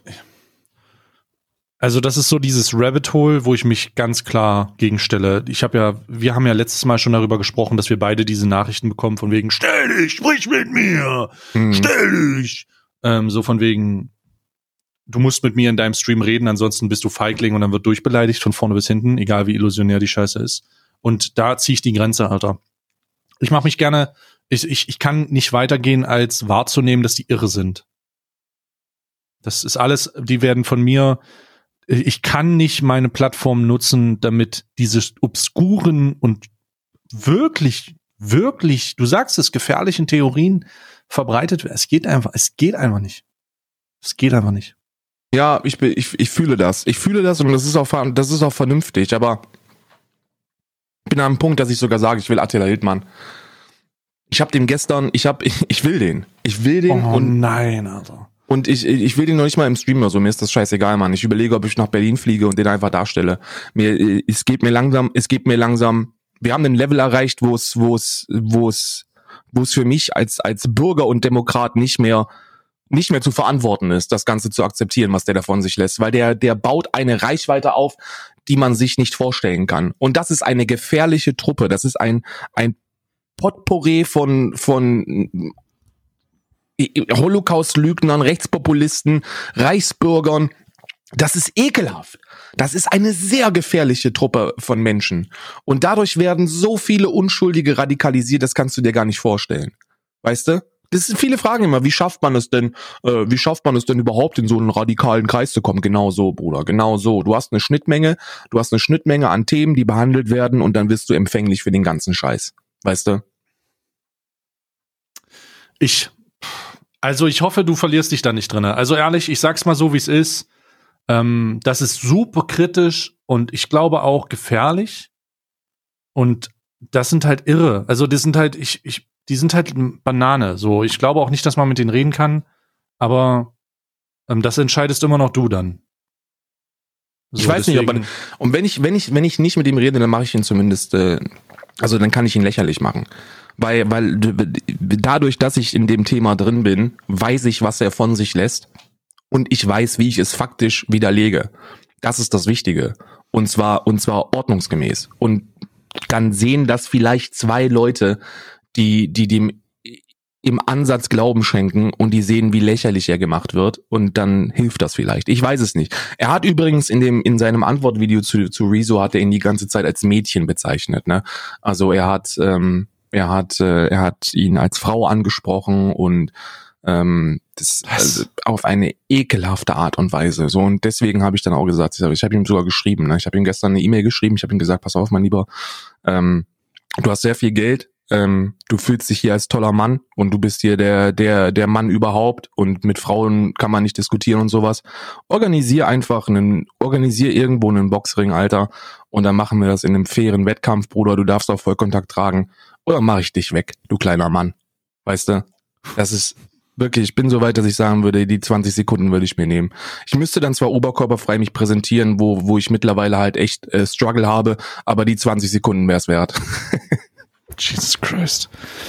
Also das ist so dieses Rabbit Hole, wo ich mich ganz klar gegenstelle. Wir haben ja letztes Mal schon darüber gesprochen, dass wir beide diese Nachrichten bekommen von wegen, stell dich, sprich mit mir, stell dich. So von wegen, du musst mit mir in deinem Stream reden, ansonsten bist du Feigling und dann wird durchbeleidigt von vorne bis hinten, egal wie illusionär die Scheiße ist. Und da ziehe ich die Grenze, Alter. Ich mache mich gerne, ich kann nicht weitergehen, als wahrzunehmen, dass die irre sind. Das ist alles, die werden von mir, ich kann nicht meine Plattform nutzen, damit diese obskuren und wirklich, du sagst es, gefährlichen Theorien verbreitet werden. Es geht einfach nicht. Es geht einfach nicht. Ja, ich fühle das. Ich fühle das und das ist auch vernünftig, aber ich bin an einem Punkt, dass ich sogar sage, ich will Attila Hildmann. Ich will den. Oh nein, Alter. Und ich will den noch nicht mal im Stream oder so, mir ist das scheißegal, Mann. Ich überlege, ob ich nach Berlin fliege und den einfach darstelle. Es geht mir langsam, wir haben ein Level erreicht, wo es für mich als Bürger und Demokrat nicht mehr zu verantworten ist, das Ganze zu akzeptieren, was der davon sich lässt, weil der baut eine Reichweite auf, die man sich nicht vorstellen kann. Und das ist eine gefährliche Truppe, das ist ein Potpourri von Holocaust-Lügnern, Rechtspopulisten, Reichsbürgern. Das ist ekelhaft. Das ist eine sehr gefährliche Truppe von Menschen. Und dadurch werden so viele Unschuldige radikalisiert, das kannst du dir gar nicht vorstellen. Weißt du? das sind viele Fragen immer, wie schafft man es denn überhaupt in so einen radikalen Kreis zu kommen? Genau so, Bruder, genau so. Du hast eine Schnittmenge an Themen, die behandelt werden und dann wirst du empfänglich für den ganzen Scheiß. Weißt du? Ich hoffe, du verlierst dich da nicht drin. Also ehrlich, ich sag's mal so, wie es ist. Das ist super kritisch und ich glaube auch gefährlich. Und das sind halt irre. Also die sind halt, die sind halt Banane. So, ich glaube auch nicht, dass man mit denen reden kann. Aber das entscheidest immer noch du dann. So, ich weiß nicht, und wenn ich nicht mit ihm rede, dann mache ich ihn zumindest, also dann kann ich ihn lächerlich machen. Weil dadurch, dass ich in dem Thema drin bin, weiß ich, was er von sich lässt und ich weiß, wie ich es faktisch widerlege. Das ist das Wichtige. Und zwar ordnungsgemäß. Und dann sehen das vielleicht 2 Leute, die dem im Ansatz Glauben schenken und die sehen, wie lächerlich er gemacht wird und dann hilft das vielleicht. Ich weiß es nicht. Er hat übrigens in seinem Antwortvideo zu Rezo hat er ihn die ganze Zeit als Mädchen bezeichnet, ne? Also er hat ihn als Frau angesprochen und also auf eine ekelhafte Art und Weise. So, und deswegen habe ich dann auch gesagt, ich habe ihm sogar geschrieben, ne? Ich habe ihm gestern eine E-Mail geschrieben, ich habe ihm gesagt, pass auf, mein Lieber, du hast sehr viel Geld, du fühlst dich hier als toller Mann und du bist hier der Mann überhaupt und mit Frauen kann man nicht diskutieren und sowas. Organisier irgendwo einen Boxring, Alter, und dann machen wir das in einem fairen Wettkampf, Bruder, du darfst auch Vollkontakt tragen oder mache ich dich weg, du kleiner Mann. Weißt du, das ist wirklich, ich bin so weit, dass ich sagen würde, die 20 Sekunden würde ich mir nehmen. Ich müsste dann zwar oberkörperfrei mich präsentieren, wo ich mittlerweile halt echt Struggle habe, aber die 20 Sekunden wäre es wert. Jesus Christ.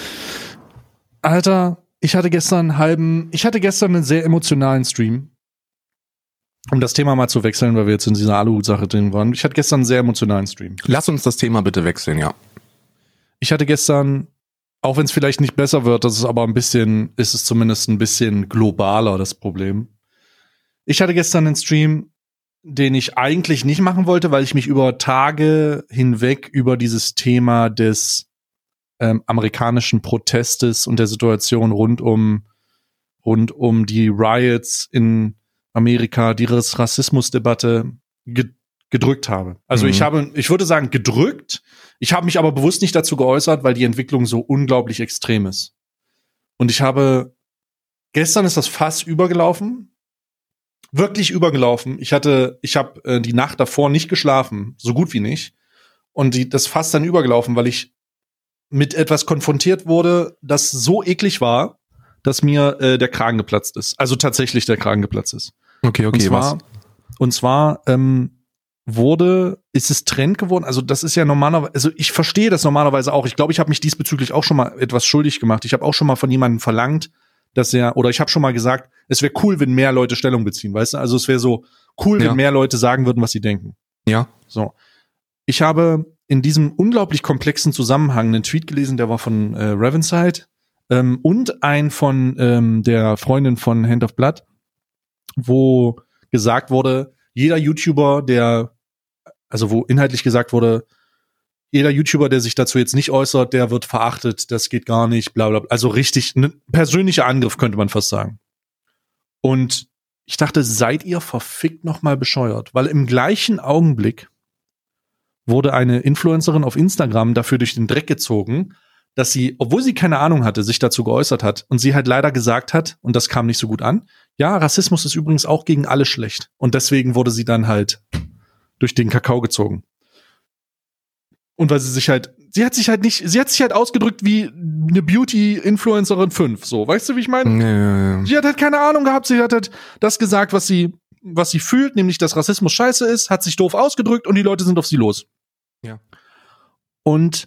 Alter, ich hatte gestern einen sehr emotionalen Stream. Um das Thema mal zu wechseln, weil wir jetzt in dieser Aluhut-Sache drin waren. Ich hatte gestern einen sehr emotionalen Stream. Lass uns das Thema bitte wechseln, ja. Ich hatte gestern, auch wenn es vielleicht nicht besser wird, ist es zumindest ein bisschen globaler, das Problem. Ich hatte gestern einen Stream, den ich eigentlich nicht machen wollte, weil ich mich über Tage hinweg über dieses Thema des amerikanischen Protestes und der Situation rund um die Riots in Amerika, die Rassismusdebatte gedrückt habe. Also ich würde sagen gedrückt. Ich habe mich aber bewusst nicht dazu geäußert, weil die Entwicklung so unglaublich extrem ist. Und gestern ist das Fass übergelaufen. Wirklich übergelaufen. Ich habe die Nacht davor nicht geschlafen, so gut wie nicht. Und das Fass dann übergelaufen, weil ich mit etwas konfrontiert wurde, das so eklig war, dass mir der Kragen geplatzt ist. Also tatsächlich der Kragen geplatzt ist. Okay, was? Und zwar ist es Trend geworden, also das ist ja normalerweise, also ich verstehe das normalerweise auch. Ich glaube, ich habe mich diesbezüglich auch schon mal etwas schuldig gemacht. Ich habe auch schon mal von jemandem verlangt, ich habe schon mal gesagt, es wäre cool, wenn mehr Leute Stellung beziehen, weißt du? Also es wäre so cool, wenn mehr Leute sagen würden, was sie denken. Ja. So. Ich habe in diesem unglaublich komplexen Zusammenhang einen Tweet gelesen, der war von Ravenside und ein von der Freundin von Hand of Blood, wo gesagt wurde, jeder YouTuber, wo inhaltlich gesagt wurde, jeder YouTuber, der sich dazu jetzt nicht äußert, der wird verachtet, das geht gar nicht, bla bla bla. Also richtig, ein persönlicher Angriff, könnte man fast sagen. Und ich dachte, seid ihr verfickt nochmal bescheuert? Weil im gleichen Augenblick wurde eine Influencerin auf Instagram dafür durch den Dreck gezogen, dass sie, obwohl sie keine Ahnung hatte, sich dazu geäußert hat und sie halt leider gesagt hat, und das kam nicht so gut an, ja, Rassismus ist übrigens auch gegen alle schlecht. Und deswegen wurde sie dann halt durch den Kakao gezogen. Und weil sie hat sich halt ausgedrückt wie eine Beauty-Influencerin 5, so, weißt du, wie ich meine? Ja. Sie hat halt keine Ahnung gehabt, sie hat halt das gesagt, was sie fühlt, nämlich, dass Rassismus scheiße ist, hat sich doof ausgedrückt und die Leute sind auf sie los. Ja. Und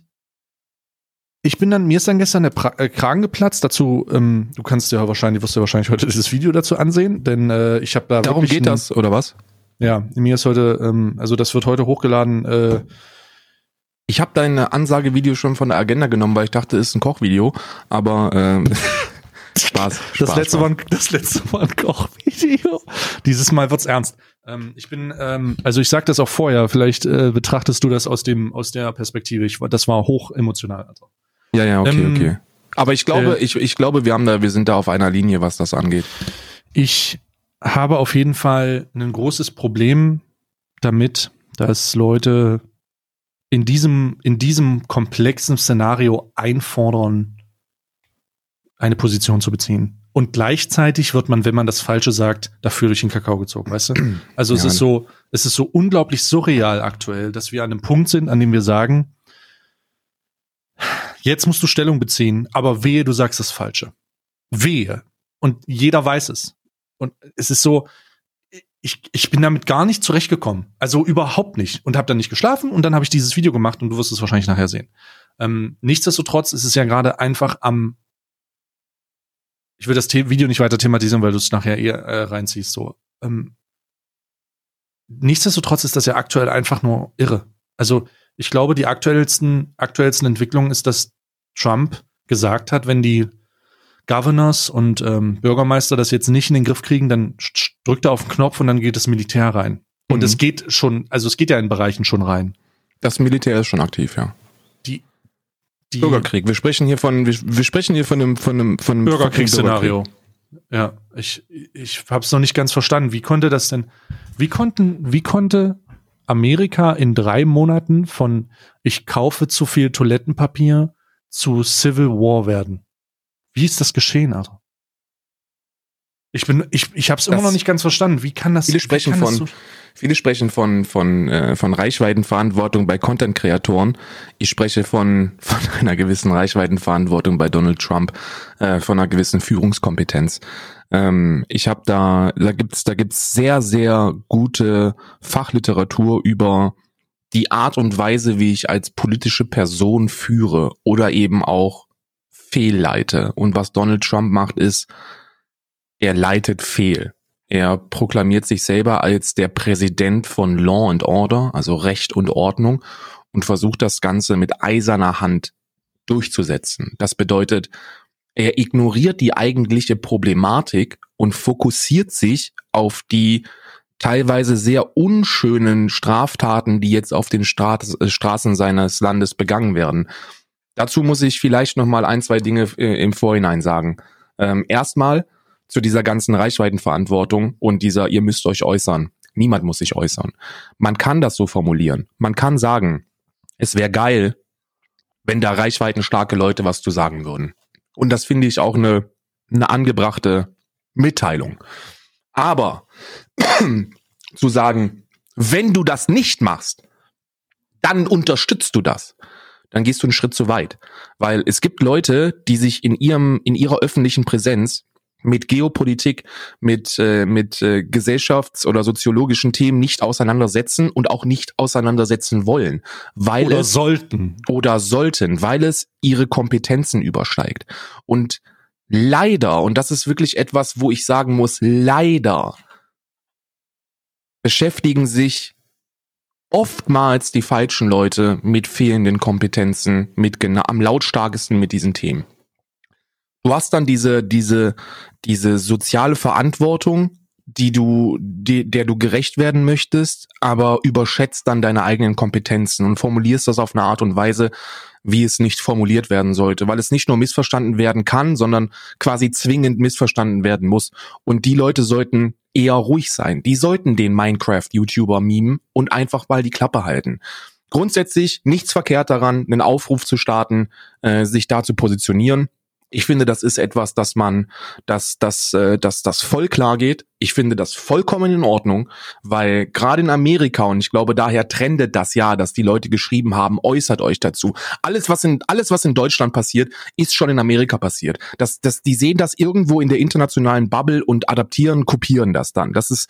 mir ist dann gestern der Kragen geplatzt, dazu, wirst du ja wahrscheinlich heute dieses Video dazu ansehen, denn ich habe da darum wirklich geht das, oder was? Ja, mir ist heute, das wird heute hochgeladen, ich habe dein Ansagevideo schon von der Agenda genommen, weil ich dachte, es ist ein Kochvideo, aber Spaß. Das letzte war ein Kochvideo. Dieses Mal wird's ernst. Ich sag das auch vorher, vielleicht betrachtest du das aus der Perspektive. Das war hoch emotional. Also. Ja, okay. Aber ich glaube, ich glaube, wir sind da auf einer Linie, was das angeht. Ich habe auf jeden Fall ein großes Problem damit, dass Leute in diesem komplexen Szenario einfordern, eine Position zu beziehen. Und gleichzeitig wird man, wenn man das Falsche sagt, dafür durch den Kakao gezogen, weißt du? Also es ist so unglaublich surreal aktuell, dass wir an einem Punkt sind, an dem wir sagen, jetzt musst du Stellung beziehen, aber wehe, du sagst das Falsche. Wehe. Und jeder weiß es. Und es ist so, ich bin damit gar nicht zurechtgekommen. Also überhaupt nicht. Und habe dann nicht geschlafen und dann habe ich dieses Video gemacht und du wirst es wahrscheinlich nachher sehen. Nichtsdestotrotz ist es ja gerade einfach ich will das Video nicht weiter thematisieren, weil du es nachher reinziehst. So. Nichtsdestotrotz ist das ja aktuell einfach nur irre. Also ich glaube, die aktuellsten Entwicklungen ist, dass Trump gesagt hat, wenn die Governors und Bürgermeister das jetzt nicht in den Griff kriegen, dann drückt er auf den Knopf und dann geht das Militär rein. Und es geht ja in Bereichen schon rein. Das Militär ist schon aktiv, ja. Die Bürgerkrieg. Wir sprechen hier von einem Bürgerkriegsszenario. Ja, ich habe es noch nicht ganz verstanden. Wie konnte Amerika in 3 Monaten von ich kaufe zu viel Toilettenpapier zu Civil War werden? Wie ist das geschehen, Alter? Ich habe es immer noch nicht ganz verstanden. Wie kann das? Viele sprechen von Reichweitenverantwortung bei Content-Kreatoren. Ich spreche von einer gewissen Reichweitenverantwortung bei Donald Trump, von einer gewissen Führungskompetenz. Da gibt's sehr, sehr gute Fachliteratur über die Art und Weise, wie ich als politische Person führe oder eben auch fehlleite. Und was Donald Trump macht, ist, er leitet fehl. Er proklamiert sich selber als der Präsident von Law and Order, also Recht und Ordnung, und versucht das Ganze mit eiserner Hand durchzusetzen. Das bedeutet, er ignoriert die eigentliche Problematik und fokussiert sich auf die teilweise sehr unschönen Straftaten, die jetzt auf den Straßen seines Landes begangen werden. Dazu muss ich vielleicht noch mal 1, 2 Dinge im Vorhinein sagen. Erstmal zu dieser ganzen Reichweitenverantwortung und dieser, ihr müsst euch äußern. Niemand muss sich äußern. Man kann das so formulieren. Man kann sagen, es wäre geil, wenn da reichweitenstarke Leute was zu sagen würden. Und das finde ich auch eine angebrachte Mitteilung. Aber zu sagen, wenn du das nicht machst, dann unterstützt du das. Dann gehst du einen Schritt zu weit. Weil es gibt Leute, die sich in ihrer öffentlichen Präsenz mit Geopolitik, mit gesellschafts- oder soziologischen Themen nicht auseinandersetzen und auch nicht auseinandersetzen wollen. Oder sollten, weil es ihre Kompetenzen übersteigt. Und leider, und das ist wirklich etwas, wo ich sagen muss, leider beschäftigen sich oftmals die falschen Leute mit fehlenden Kompetenzen, am lautstarkesten mit diesen Themen. Du hast dann diese soziale Verantwortung, der du gerecht werden möchtest, aber überschätzt dann deine eigenen Kompetenzen und formulierst das auf eine Art und Weise, wie es nicht formuliert werden sollte, weil es nicht nur missverstanden werden kann, sondern quasi zwingend missverstanden werden muss. Und die Leute sollten eher ruhig sein. Die sollten den Minecraft-YouTuber mimen und einfach mal die Klappe halten. Grundsätzlich nichts verkehrt daran, einen Aufruf zu starten, sich da zu positionieren. Ich finde, das ist etwas, dass das voll klar geht. Ich finde das vollkommen in Ordnung, weil gerade in Amerika, und ich glaube, daher trendet das ja, dass die Leute geschrieben haben, äußert euch dazu. Alles, was in Deutschland passiert, ist schon in Amerika passiert. Die sehen das irgendwo in der internationalen Bubble und adaptieren, kopieren das dann. Das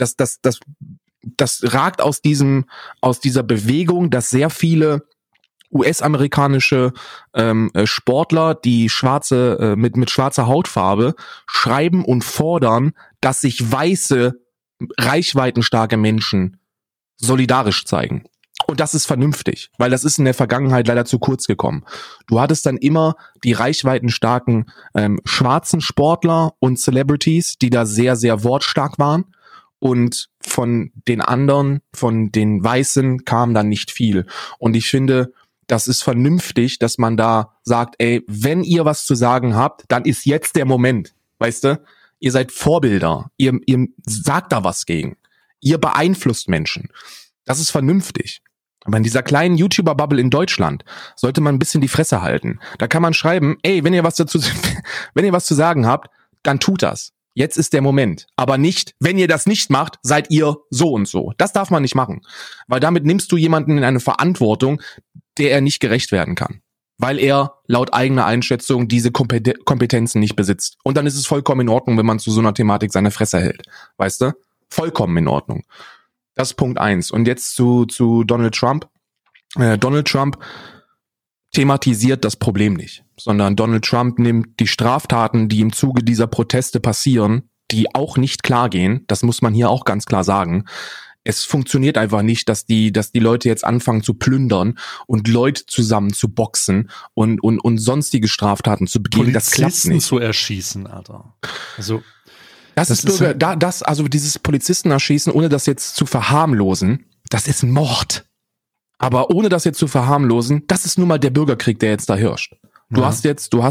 ragt aus dieser Bewegung, dass sehr viele US-amerikanische Sportler, die mit schwarzer Hautfarbe schreiben und fordern, dass sich weiße, reichweitenstarke Menschen solidarisch zeigen. Und das ist vernünftig, weil das ist in der Vergangenheit leider zu kurz gekommen. Du hattest dann immer die reichweitenstarken schwarzen Sportler und Celebrities, die da sehr, sehr wortstark waren. Und von den anderen, von den Weißen kam dann nicht viel. Und ich finde, das ist vernünftig, dass man da sagt, ey, wenn ihr was zu sagen habt, dann ist jetzt der Moment, weißt du? Ihr seid Vorbilder, ihr sagt da was gegen, ihr beeinflusst Menschen. Das ist vernünftig. Aber in dieser kleinen YouTuber-Bubble in Deutschland sollte man ein bisschen die Fresse halten. Da kann man schreiben, ey, wenn ihr was zu sagen habt, dann tut das. Jetzt ist der Moment. Aber nicht, wenn ihr das nicht macht, seid ihr so und so. Das darf man nicht machen. Weil damit nimmst du jemanden in eine Verantwortung, der er nicht gerecht werden kann. Weil er laut eigener Einschätzung diese Kompetenzen nicht besitzt. Und dann ist es vollkommen in Ordnung, wenn man zu so einer Thematik seine Fresse hält. Weißt du? Vollkommen in Ordnung. Das ist Punkt 1. Und jetzt zu Donald Trump. Donald Trump thematisiert das Problem nicht, sondern Donald Trump nimmt die Straftaten, die im Zuge dieser Proteste passieren, die auch nicht klar gehen, das muss man hier auch ganz klar sagen. Es funktioniert einfach nicht, dass die Leute jetzt anfangen zu plündern und Leute zusammen zu boxen und sonstige Straftaten zu begehen. Polizisten das klappt nicht. zu erschießen, Alter. Also das ist Bürger, also dieses Polizisten erschießen, ohne das jetzt zu verharmlosen, das ist Mord. Aber ohne das jetzt zu verharmlosen, das ist nun mal der Bürgerkrieg, der jetzt da herrscht. Du hast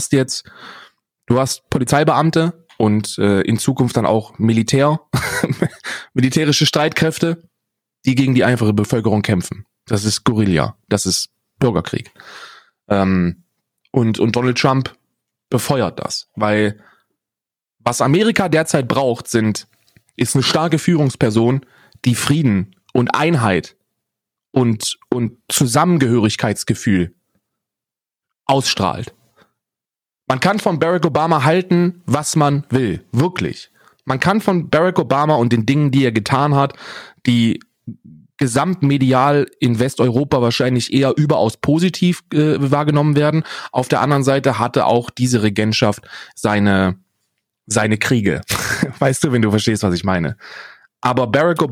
Polizeibeamte und in Zukunft dann auch militärische Streitkräfte, die gegen die einfache Bevölkerung kämpfen. Das ist Guerilla, das ist Bürgerkrieg. Und Donald Trump befeuert das, weil was Amerika derzeit braucht, ist eine starke Führungsperson, die Frieden und Einheit und Zusammengehörigkeitsgefühl ausstrahlt. Man kann von Barack Obama halten, was man will. Wirklich. Man kann von Barack Obama und den Dingen, die er getan hat, die gesamtmedial in Westeuropa wahrscheinlich eher überaus positiv wahrgenommen werden. Auf der anderen Seite hatte auch diese Regentschaft seine Kriege. Weißt du, wenn du verstehst, was ich meine. Aber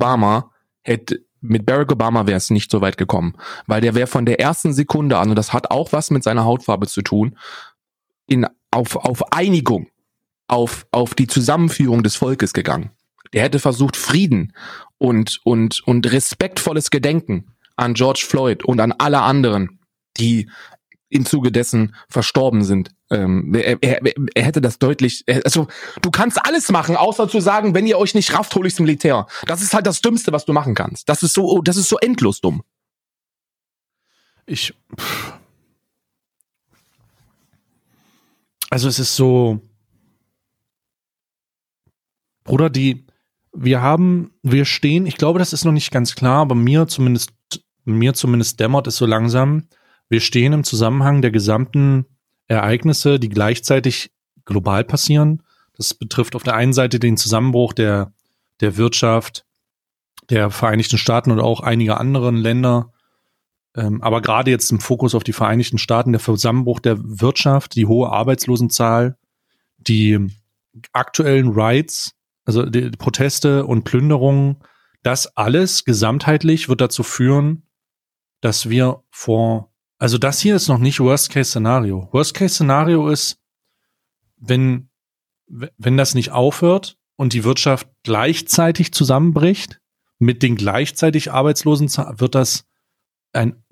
mit Barack Obama wäre es nicht so weit gekommen, weil der wäre von der ersten Sekunde an, und das hat auch was mit seiner Hautfarbe zu tun, auf Einigung, auf die Zusammenführung des Volkes gegangen. Der hätte versucht, Frieden und respektvolles Gedenken an George Floyd und an alle anderen, die im Zuge dessen verstorben sind. Er hätte das deutlich, also du kannst alles machen, außer zu sagen, wenn ihr euch nicht rafft, hol ich's Militär. Das ist halt das Dümmste, was du machen kannst. Das ist so endlos dumm. Also es ist so, Bruder, wir stehen, ich glaube, das ist noch nicht ganz klar, aber mir zumindest dämmert es so langsam, wir stehen im Zusammenhang der gesamten Ereignisse, die gleichzeitig global passieren. Das betrifft auf der einen Seite den Zusammenbruch der Wirtschaft der Vereinigten Staaten und auch einiger anderen Länder. Aber gerade jetzt im Fokus auf die Vereinigten Staaten, der Zusammenbruch der Wirtschaft, die hohe Arbeitslosenzahl, die aktuellen Riots, also die Proteste und Plünderungen, das alles gesamtheitlich wird dazu führen, dass wir also das hier ist noch nicht Worst-Case-Szenario. Worst-Case-Szenario ist, wenn das nicht aufhört und die Wirtschaft gleichzeitig zusammenbricht, mit den gleichzeitig Arbeitslosen, wird das ein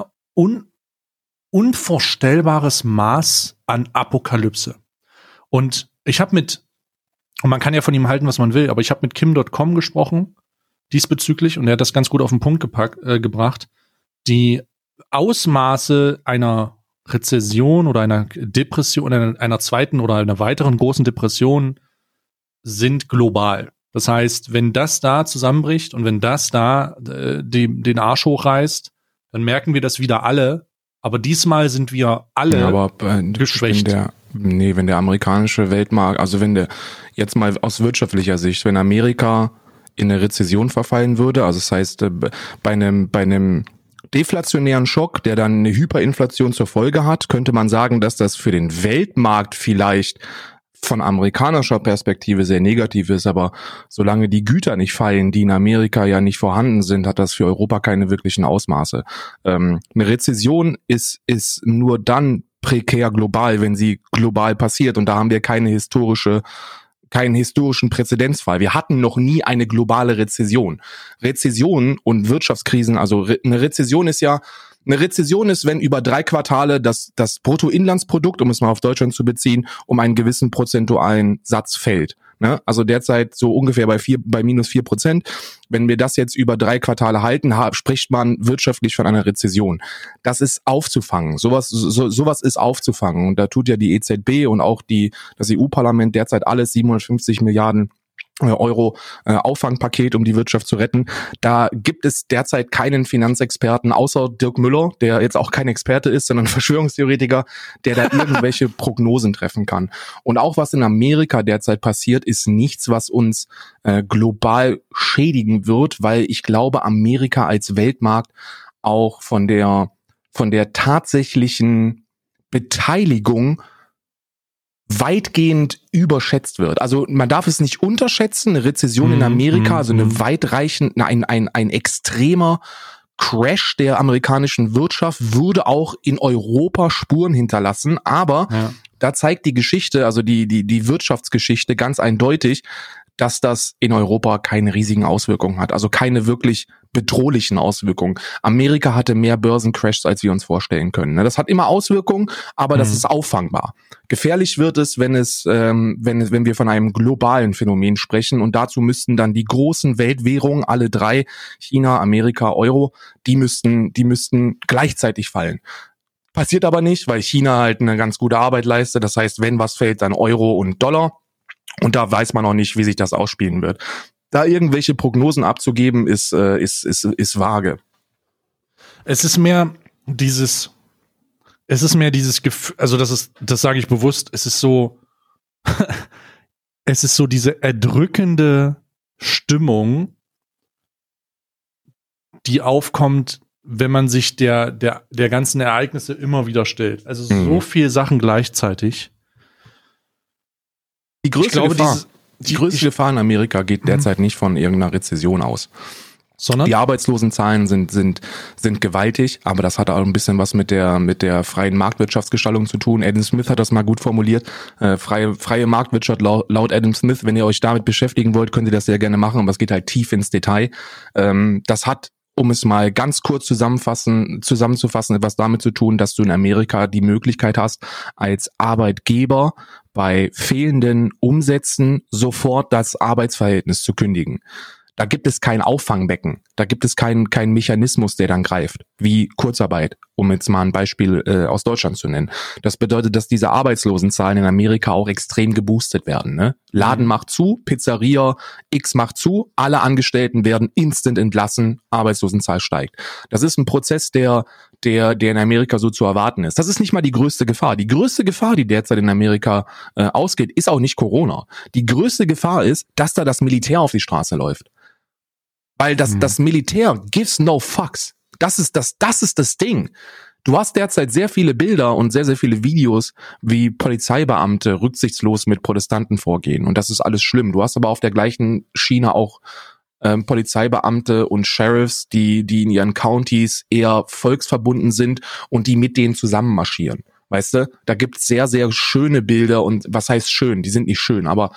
unvorstellbares Maß an Apokalypse. Und man kann ja von ihm halten, was man will, aber ich habe mit Kim.com gesprochen diesbezüglich und er hat das ganz gut auf den Punkt gebracht. Die Ausmaße einer Rezession oder einer Depression, einer zweiten oder einer weiteren großen Depression sind global. Das heißt, wenn das da zusammenbricht und wenn das da den Arsch hochreißt, dann merken wir das wieder alle. Aber diesmal sind wir alle geschwächt. Wenn der amerikanische Weltmarkt, also jetzt mal aus wirtschaftlicher Sicht, wenn Amerika in eine Rezession verfallen würde, also das heißt, bei einem deflationären Schock, der dann eine Hyperinflation zur Folge hat, könnte man sagen, dass das für den Weltmarkt vielleicht von amerikanischer Perspektive sehr negativ ist, aber solange die Güter nicht fallen, die in Amerika ja nicht vorhanden sind, hat das für Europa keine wirklichen Ausmaße. Eine Rezession ist nur dann prekär global, wenn sie global passiert, und da haben wir keinen historischen Präzedenzfall. Wir hatten noch nie eine globale Rezession. Rezessionen und Wirtschaftskrisen, also eine Rezession ist ja Eine Rezession ist, wenn über 3 Quartale das Bruttoinlandsprodukt, um es mal auf Deutschland zu beziehen, um einen gewissen prozentualen Satz fällt. Ne? Also derzeit so ungefähr bei minus 4%. Wenn wir das jetzt über 3 Quartale halten, spricht man wirtschaftlich von einer Rezession. Das ist aufzufangen. Sowas ist aufzufangen. Und da tut ja die EZB und auch das EU-Parlament derzeit alles 750 Milliarden Euro Auffangpaket, um die Wirtschaft zu retten. Da gibt es derzeit keinen Finanzexperten, außer Dirk Müller, der jetzt auch kein Experte ist, sondern Verschwörungstheoretiker, der da irgendwelche Prognosen treffen kann. Und auch was in Amerika derzeit passiert, ist nichts, was uns global schädigen wird, weil ich glaube, Amerika als Weltmarkt auch von der tatsächlichen Beteiligung weitgehend überschätzt wird. Also man darf es nicht unterschätzen, eine Rezession in Amerika, also eine weitreichend, ein extremer Crash der amerikanischen Wirtschaft würde auch in Europa Spuren hinterlassen, aber da zeigt die Geschichte, also die Wirtschaftsgeschichte ganz eindeutig, dass das in Europa keine riesigen Auswirkungen hat, also keine wirklich bedrohlichen Auswirkungen. Amerika hatte mehr Börsencrashs, als wir uns vorstellen können. Das hat immer Auswirkungen, aber das ist auffangbar. Gefährlich wird es, wenn wir von einem globalen Phänomen sprechen, und dazu müssten dann die großen Weltwährungen, alle 3, China, Amerika, Euro, die müssten gleichzeitig fallen. Passiert aber nicht, weil China halt eine ganz gute Arbeit leistet. Das heißt, wenn was fällt, dann Euro und Dollar. Und da weiß man noch nicht, wie sich das ausspielen wird. Da irgendwelche Prognosen abzugeben, ist vage. Es ist mehr dieses Gefühl, also das sage ich bewusst, es ist so diese erdrückende Stimmung, die aufkommt, wenn man sich der ganzen Ereignisse immer wieder stellt. Also so viel Sachen gleichzeitig. Die größte Gefahr in Amerika geht derzeit nicht von irgendeiner Rezession aus. Sondern? Die Arbeitslosenzahlen sind gewaltig, aber das hat auch ein bisschen was mit der freien Marktwirtschaftsgestaltung zu tun. Adam Smith hat das mal gut formuliert. Freie Marktwirtschaft laut Adam Smith. Wenn ihr euch damit beschäftigen wollt, könnt ihr das sehr gerne machen, aber es geht halt tief ins Detail. Das hat, um es mal ganz kurz zusammenzufassen, etwas damit zu tun, dass du in Amerika die Möglichkeit hast, als Arbeitgeber bei fehlenden Umsätzen sofort das Arbeitsverhältnis zu kündigen. Da gibt es kein Auffangbecken, da gibt es keinen Mechanismus, der dann greift, wie Kurzarbeit, um jetzt mal ein Beispiel aus Deutschland zu nennen. Das bedeutet, dass diese Arbeitslosenzahlen in Amerika auch extrem geboostet werden. Ne? Laden macht zu, Pizzeria X macht zu, alle Angestellten werden instant entlassen, Arbeitslosenzahl steigt. Das ist ein Prozess, der in Amerika so zu erwarten ist. Das ist nicht mal die größte Gefahr. Die größte Gefahr, die derzeit in Amerika ausgeht, ist auch nicht Corona. Die größte Gefahr ist, dass da das Militär auf die Straße läuft. Weil das Militär gives no fucks. Das ist das Ding. Du hast derzeit sehr viele Bilder und sehr, sehr viele Videos, wie Polizeibeamte rücksichtslos mit Protestanten vorgehen. Und das ist alles schlimm. Du hast aber auf der gleichen Schiene auch Polizeibeamte und Sheriffs, die in ihren Countys eher volksverbunden sind und die mit denen zusammen marschieren. Weißt du? Da gibt's sehr, sehr schöne Bilder, und was heißt schön? Die sind nicht schön, aber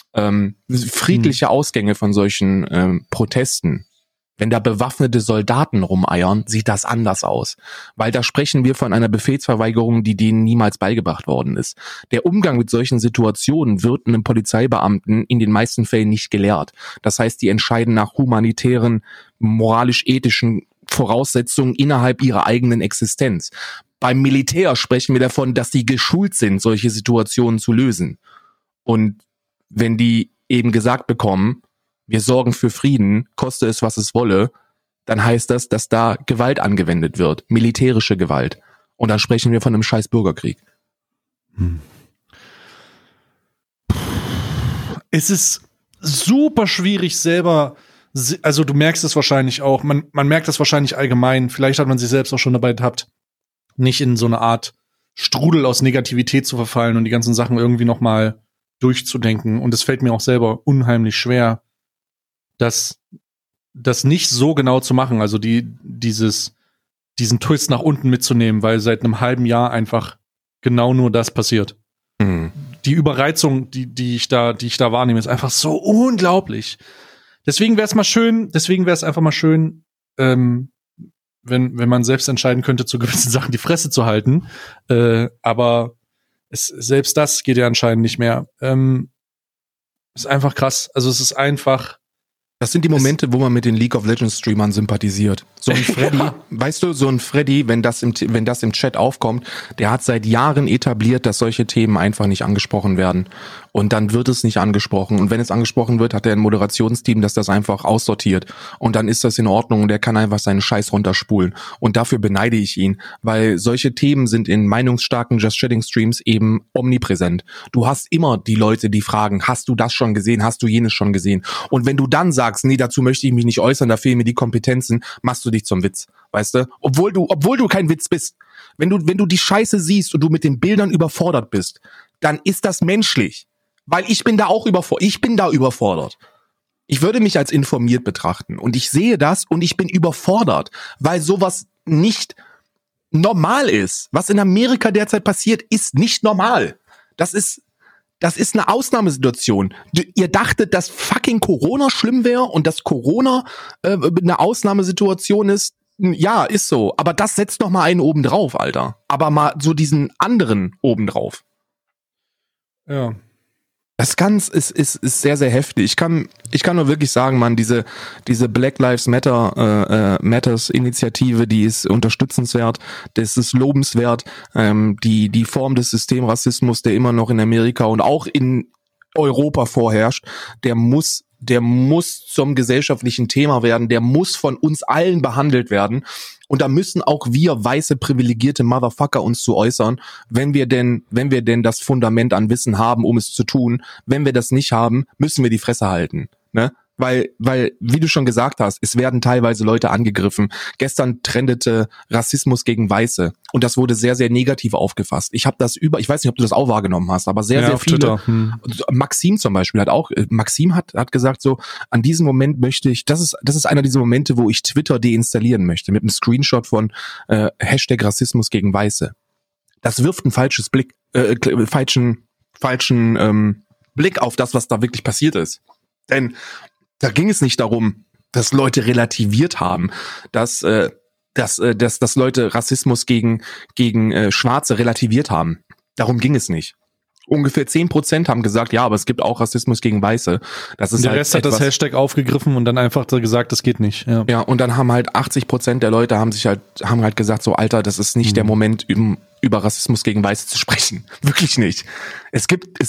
friedliche Ausgänge von solchen Protesten. Wenn da bewaffnete Soldaten rumeiern, sieht das anders aus. Weil da sprechen wir von einer Befehlsverweigerung, die denen niemals beigebracht worden ist. Der Umgang mit solchen Situationen wird einem Polizeibeamten in den meisten Fällen nicht gelehrt. Das heißt, die entscheiden nach humanitären, moralisch-ethischen Voraussetzungen innerhalb ihrer eigenen Existenz. Beim Militär sprechen wir davon, dass die geschult sind, solche Situationen zu lösen. Und wenn die eben gesagt bekommen, wir sorgen für Frieden, koste es, was es wolle, dann heißt das, dass da Gewalt angewendet wird, militärische Gewalt. Und dann sprechen wir von einem scheiß Bürgerkrieg. Es ist super schwierig selber, also du merkst es wahrscheinlich auch, man merkt das wahrscheinlich allgemein, vielleicht hat man sich selbst auch schon dabei gehabt, nicht in so eine Art Strudel aus Negativität zu verfallen und die ganzen Sachen irgendwie nochmal durchzudenken. Und es fällt mir auch selber unheimlich schwer, das nicht so genau zu machen, also diesen Twist nach unten mitzunehmen, weil seit einem halben Jahr einfach genau nur das passiert. Die Überreizung, die ich da wahrnehme, ist einfach so unglaublich. Deswegen wäre es einfach mal schön, wenn wenn man selbst entscheiden könnte, zu gewissen Sachen die Fresse zu halten. Aber selbst das geht ja anscheinend nicht mehr. Ist einfach krass. Also es ist einfach. Das sind die Momente, wo man mit den League of Legends Streamern sympathisiert. So ein Freddy, weißt du, so ein Freddy, wenn das im Chat aufkommt, der hat seit Jahren etabliert, dass solche Themen einfach nicht angesprochen werden. Und dann wird es nicht angesprochen. Und wenn es angesprochen wird, hat er ein Moderationsteam, das das einfach aussortiert. Und dann ist das in Ordnung und der kann einfach seinen Scheiß runterspulen. Und dafür beneide ich ihn, weil solche Themen sind in meinungsstarken Just Chatting Streams eben omnipräsent. Du hast immer die Leute, die fragen, hast du das schon gesehen, hast du jenes schon gesehen? Und wenn du dann sagst, nee, dazu möchte ich mich nicht äußern, da fehlen mir die Kompetenzen, machst du dich zum Witz, weißt du? Obwohl du kein Witz bist. Wenn du die Scheiße siehst und du mit den Bildern überfordert bist, dann ist das menschlich. Weil ich bin da überfordert. Ich würde mich als informiert betrachten und ich sehe das und ich bin überfordert, weil sowas nicht normal ist. Was in Amerika derzeit passiert, ist nicht normal. Das ist eine Ausnahmesituation. Ihr dachtet, dass fucking Corona schlimm wäre und dass Corona eine Ausnahmesituation ist. Ja, ist so. Aber das setzt noch mal einen oben drauf, Alter. Aber mal so diesen anderen oben drauf. Ja. Das Ganze ist sehr, sehr heftig. Ich kann nur wirklich sagen, Mann, diese Black Lives Matters Initiative, die ist unterstützenswert, das ist lobenswert. Die Form des Systemrassismus, der immer noch in Amerika und auch in Europa vorherrscht, der muss zum gesellschaftlichen Thema werden, der muss von uns allen behandelt werden. Und da müssen auch wir weiße, privilegierte Motherfucker uns zu äußern, wenn wir denn das Fundament an Wissen haben, um es zu tun. Wenn wir das nicht haben, müssen wir die Fresse halten, ne? Weil, wie du schon gesagt hast, es werden teilweise Leute angegriffen. Gestern trendete Rassismus gegen Weiße und das wurde sehr, sehr negativ aufgefasst. Ich weiß nicht, ob du das auch wahrgenommen hast, aber sehr, sehr viele. Maxim zum Beispiel Maxim hat gesagt so, an diesem Moment möchte ich, das ist einer dieser Momente, wo ich Twitter deinstallieren möchte, mit einem Screenshot von Hashtag Rassismus gegen Weiße. Das wirft einen falschen Blick auf das, was da wirklich passiert ist. Denn da ging es nicht darum, dass Leute relativiert haben, dass Leute Rassismus gegen Schwarze relativiert haben. Darum ging es nicht. Ungefähr 10% haben gesagt, ja, aber es gibt auch Rassismus gegen Weiße. Das ist der Rest hat das Hashtag aufgegriffen und dann einfach gesagt, das geht nicht. Ja, und dann haben halt 80% der Leute haben gesagt, so Alter, das ist nicht der Moment, über Rassismus gegen Weiße zu sprechen. Wirklich nicht. Es gibt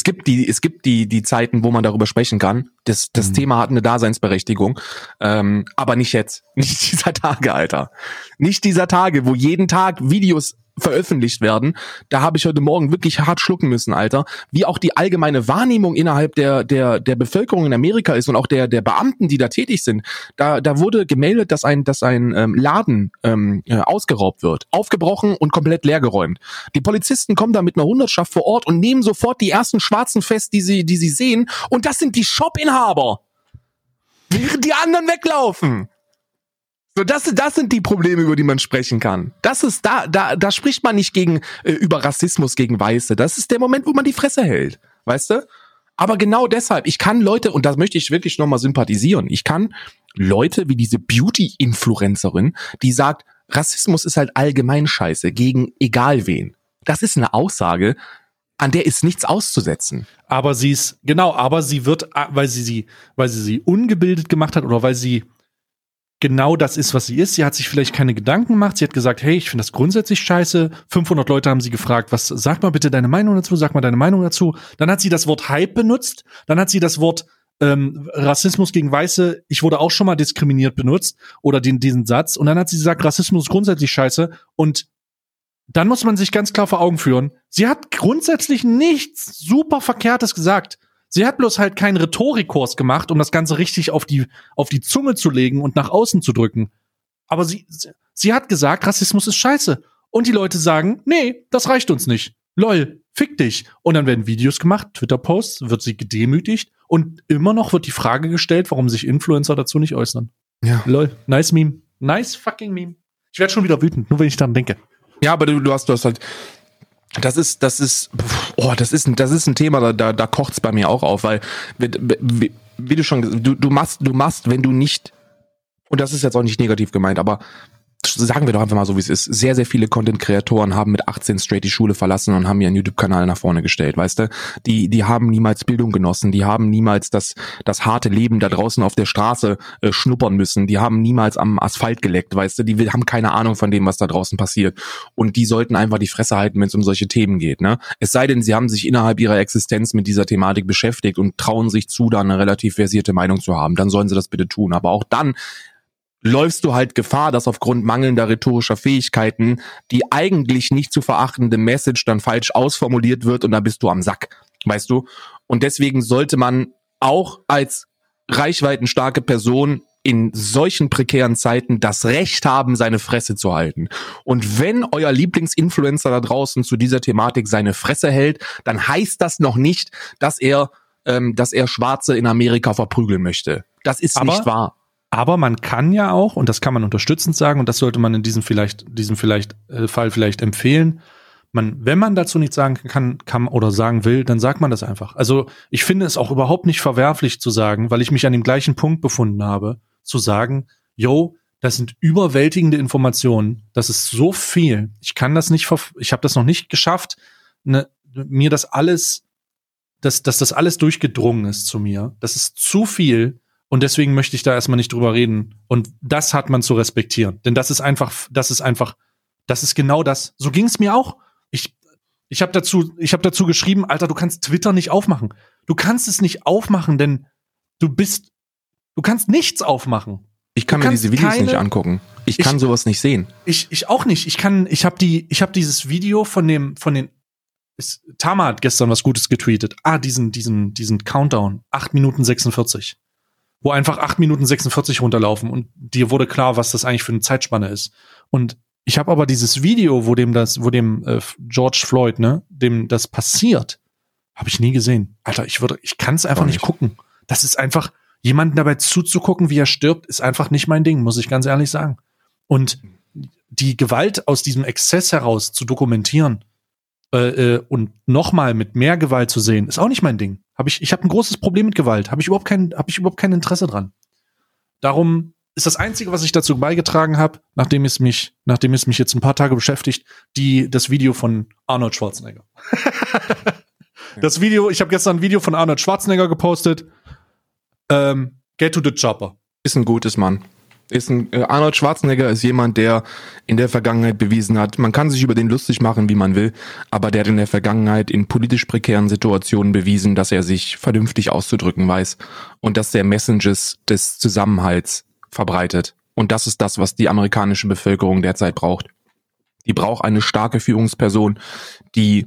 die Zeiten, wo man darüber sprechen kann. Das Thema hat eine Daseinsberechtigung. Aber nicht jetzt. Nicht dieser Tage, Alter. Nicht dieser Tage, wo jeden Tag Videos veröffentlicht werden. Da habe ich heute Morgen wirklich hart schlucken müssen, Alter. Wie auch die allgemeine Wahrnehmung innerhalb der Bevölkerung in Amerika ist und auch der Beamten, die da tätig sind. Da wurde gemeldet, dass ein Laden ausgeraubt wird. Aufgebrochen und komplett leergeräumt. Die Polizisten kommen da mit einer Hundertschaft vor Ort und nehmen sofort die ersten Schwarzen fest, die sie sehen. Und das sind die Shop-Inhaber. Während die anderen weglaufen. So, das sind die Probleme, über die man sprechen kann. Das ist da spricht man nicht über Rassismus gegen Weiße. Das ist der Moment, wo man die Fresse hält. Weißt du? Aber genau deshalb, ich kann Leute, und das möchte ich wirklich nochmal sympathisieren, ich kann Leute wie diese Beauty-Influencerin, die sagt, Rassismus ist halt allgemein scheiße, gegen egal wen. Das ist eine Aussage, an der ist nichts auszusetzen. Aber sie wird, weil sie ungebildet gemacht hat oder weil sie genau das ist, was sie ist. Sie hat sich vielleicht keine Gedanken gemacht. Sie hat gesagt, hey, ich finde das grundsätzlich scheiße. 500 Leute haben sie gefragt, sag mal bitte deine Meinung dazu, sag mal deine Meinung dazu. Dann hat sie das Wort Hype benutzt. Dann hat sie das Wort Rassismus gegen Weiße, ich wurde auch schon mal diskriminiert benutzt oder diesen Satz. Und dann hat sie gesagt, Rassismus ist grundsätzlich scheiße. Und dann muss man sich ganz klar vor Augen führen, sie hat grundsätzlich nichts super Verkehrtes gesagt. Sie hat bloß halt keinen Rhetorikkurs gemacht, um das Ganze richtig auf die Zunge zu legen und nach außen zu drücken. Aber sie hat gesagt, Rassismus ist scheiße. Und die Leute sagen, nee, das reicht uns nicht. Lol, fick dich. Und dann werden Videos gemacht, Twitter-Posts, wird sie gedemütigt und immer noch wird die Frage gestellt, warum sich Influencer dazu nicht äußern. Ja. Lol, nice Meme. Nice fucking Meme. Ich werde schon wieder wütend, nur wenn ich daran denke. Ja, aber du hast halt, das ist ein Thema, da kocht's bei mir auch auf, weil, wie du schon, du machst, wenn du nicht, und das ist jetzt auch nicht negativ gemeint, aber sagen wir doch einfach mal so, wie es ist, sehr, sehr viele Content-Kreatoren haben mit 18 straight die Schule verlassen und haben ihren YouTube-Kanal nach vorne gestellt, weißt du? Die haben niemals Bildung genossen, die haben niemals das harte Leben da draußen auf der Straße schnuppern müssen, die haben niemals am Asphalt geleckt, weißt du? Die haben keine Ahnung von dem, was da draußen passiert. Und die sollten einfach die Fresse halten, wenn es um solche Themen geht, ne? Es sei denn, sie haben sich innerhalb ihrer Existenz mit dieser Thematik beschäftigt und trauen sich zu, da eine relativ versierte Meinung zu haben. Dann sollen sie das bitte tun. Aber auch dann läufst du halt Gefahr, dass aufgrund mangelnder rhetorischer Fähigkeiten die eigentlich nicht zu verachtende Message dann falsch ausformuliert wird und dann bist du am Sack, weißt du? Und deswegen sollte man auch als reichweitenstarke Person in solchen prekären Zeiten das Recht haben, seine Fresse zu halten. Und wenn euer Lieblingsinfluencer da draußen zu dieser Thematik seine Fresse hält, dann heißt das noch nicht, dass er Schwarze in Amerika verprügeln möchte. Das ist nicht wahr. Aber man kann ja auch, und das kann man unterstützend sagen, und das sollte man in diesem Fall vielleicht empfehlen, wenn man dazu nichts sagen kann oder sagen will, dann sagt man das einfach. Also ich finde es auch überhaupt nicht verwerflich zu sagen, weil ich mich an dem gleichen Punkt befunden habe, zu sagen, das sind überwältigende Informationen, das ist so viel, ich habe das noch nicht geschafft, mir das alles, dass das alles durchgedrungen ist zu mir, das ist zu viel. Und deswegen möchte ich da erstmal nicht drüber reden. Und das hat man zu respektieren. Denn das ist genau das. So ging es mir auch. Ich habe dazu geschrieben, Alter, du kannst Twitter nicht aufmachen. Du kannst es nicht aufmachen, denn du kannst nichts aufmachen. Ich kann mir diese Videos nicht angucken. Ich kann sowas nicht sehen. Ich auch nicht. Ich habe dieses Video Tama hat gestern was Gutes getweetet. Diesen Countdown. 8 Minuten 46. Wo einfach 8 Minuten 46 runterlaufen und dir wurde klar, was das eigentlich für eine Zeitspanne ist. Und ich habe aber dieses Video, wo dem George Floyd, ne, dem das passiert, habe ich nie gesehen. Alter, ich kann es einfach nicht gucken. Das ist einfach, jemanden dabei zuzugucken, wie er stirbt, ist einfach nicht mein Ding, muss ich ganz ehrlich sagen. Und die Gewalt aus diesem Exzess heraus zu dokumentieren und nochmal mit mehr Gewalt zu sehen, ist auch nicht mein Ding. Ich habe ein großes Problem mit Gewalt. Habe ich überhaupt kein Interesse dran. Darum ist das Einzige, was ich dazu beigetragen habe, nachdem es mich jetzt ein paar Tage beschäftigt, das Video von Arnold Schwarzenegger. Ich habe gestern ein Video von Arnold Schwarzenegger gepostet. Get to the chopper. Ist ein gutes Mann. Arnold Schwarzenegger ist jemand, der in der Vergangenheit bewiesen hat, man kann sich über den lustig machen, wie man will, aber der hat in der Vergangenheit in politisch prekären Situationen bewiesen, dass er sich vernünftig auszudrücken weiß und dass der Messages des Zusammenhalts verbreitet. Und das ist das, was die amerikanische Bevölkerung derzeit braucht. Die braucht eine starke Führungsperson, die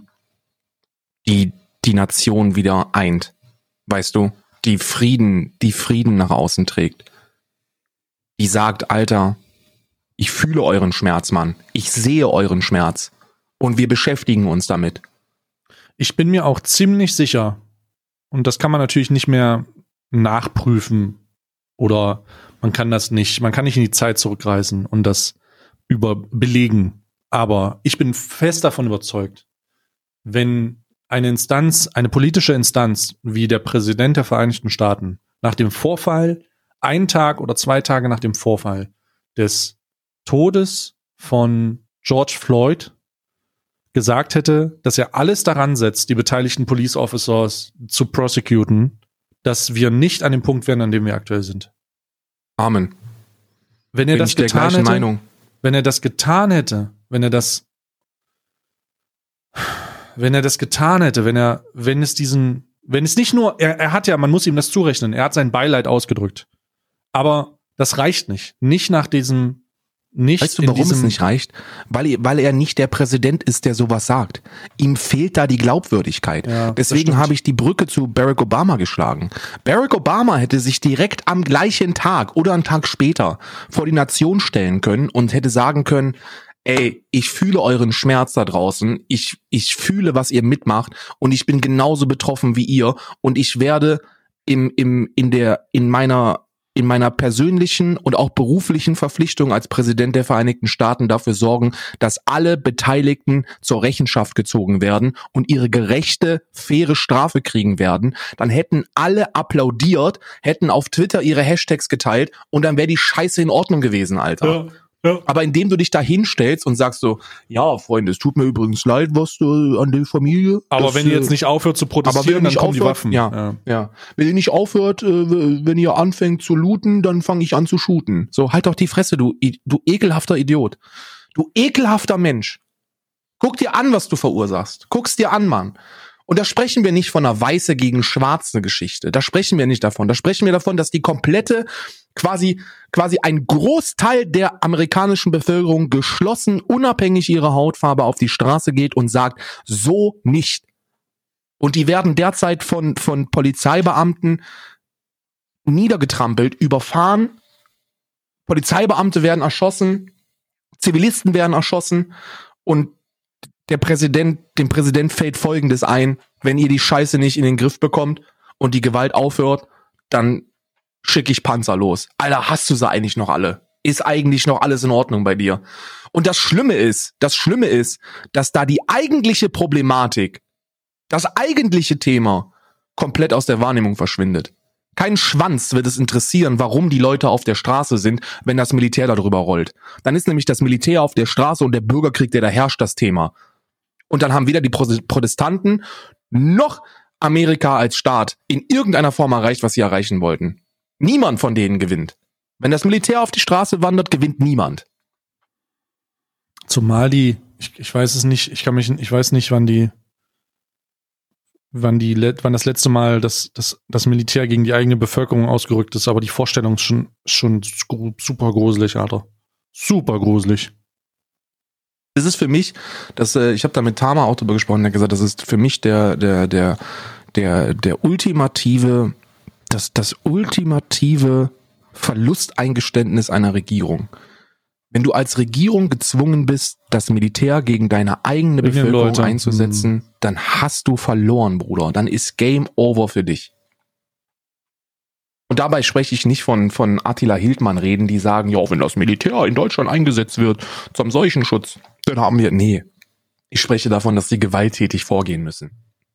Nation wieder eint. Weißt du? Die Frieden nach außen trägt. Die sagt, Alter, ich fühle euren Schmerz, Mann. Ich sehe euren Schmerz. Und wir beschäftigen uns damit. Ich bin mir auch ziemlich sicher, und das kann man natürlich nicht mehr nachprüfen oder man kann nicht in die Zeit zurückreisen und das belegen. Aber ich bin fest davon überzeugt, wenn eine politische Instanz wie der Präsident der Vereinigten Staaten nach dem Vorfall, 1 Tag oder 2 Tage nach dem Vorfall des Todes von George Floyd gesagt hätte, dass er alles daran setzt, die beteiligten Police Officers zu prosecuten, dass wir nicht an dem Punkt wären, an dem wir aktuell sind. Amen. Wenn er das getan hätte, wenn es nicht nur, er hat ja, man muss ihm das zurechnen, er hat sein Beileid ausgedrückt. Aber das reicht nicht. Weißt du, warum es nicht reicht? Weil er nicht der Präsident ist, der sowas sagt. Ihm fehlt da die Glaubwürdigkeit. Ja, deswegen habe ich die Brücke zu Barack Obama geschlagen. Barack Obama hätte sich direkt am gleichen Tag oder einen Tag später vor die Nation stellen können und hätte sagen können, ey, ich fühle euren Schmerz da draußen, ich fühle, was ihr mitmacht und ich bin genauso betroffen wie ihr und ich werde in meiner persönlichen und auch beruflichen Verpflichtung als Präsident der Vereinigten Staaten dafür sorgen, dass alle Beteiligten zur Rechenschaft gezogen werden und ihre gerechte, faire Strafe kriegen werden, dann hätten alle applaudiert, hätten auf Twitter ihre Hashtags geteilt und dann wäre die Scheiße in Ordnung gewesen, Alter. Ja. Ja. Aber indem du dich da hinstellst und sagst so, ja, Freunde, es tut mir übrigens leid, was an der Familie. Aber wenn ihr jetzt nicht aufhört zu protestieren, dann kommen die Waffen. Ja. Wenn ihr nicht aufhört, wenn ihr anfängt zu looten, dann fange ich an zu shooten. So, halt doch die Fresse, du ekelhafter Idiot. Du ekelhafter Mensch. Guck dir an, was du verursachst. Guck's dir an, Mann. Und da sprechen wir nicht von einer weiße gegen schwarze Geschichte. Da sprechen wir nicht davon. Da sprechen wir davon, dass die komplette, quasi ein Großteil der amerikanischen Bevölkerung geschlossen, unabhängig ihrer Hautfarbe auf die Straße geht und sagt, so nicht. Und die werden derzeit von Polizeibeamten niedergetrampelt, überfahren. Polizeibeamte werden erschossen, Zivilisten werden erschossen und dem Präsident fällt Folgendes ein: Wenn ihr die Scheiße nicht in den Griff bekommt und die Gewalt aufhört, dann schicke ich Panzer los. Alter, hast du sie eigentlich noch alle? Ist eigentlich noch alles in Ordnung bei dir? Und das Schlimme ist, dass da die eigentliche Problematik, das eigentliche Thema komplett aus der Wahrnehmung verschwindet. Kein Schwanz wird es interessieren, warum die Leute auf der Straße sind, wenn das Militär darüber rollt. Dann ist nämlich das Militär auf der Straße und der Bürgerkrieg, der da herrscht, das Thema. Und dann haben weder die Protestanten noch Amerika als Staat in irgendeiner Form erreicht, was sie erreichen wollten. Niemand von denen gewinnt. Wenn das Militär auf die Straße wandert, gewinnt niemand. Zumal ich weiß es nicht, ich weiß nicht, wann das letzte Mal das Militär gegen die eigene Bevölkerung ausgerückt ist, aber die Vorstellung ist schon super gruselig, Alter. Super gruselig. Es ist für mich, ich habe da mit Tama auch drüber gesprochen, der hat gesagt, das ist für mich der ultimative, das ultimative Verlusteingeständnis einer Regierung. Wenn du als Regierung gezwungen bist, das Militär gegen deine eigene Bevölkerung einzusetzen, dann hast du verloren, Bruder. Dann ist Game Over für dich. Und dabei spreche ich nicht von Attila Hildmann reden, die sagen, ja, wenn das Militär in Deutschland eingesetzt wird zum Seuchenschutz, dann haben wir, nee. Ich spreche davon, dass sie gewalttätig vorgehen müssen.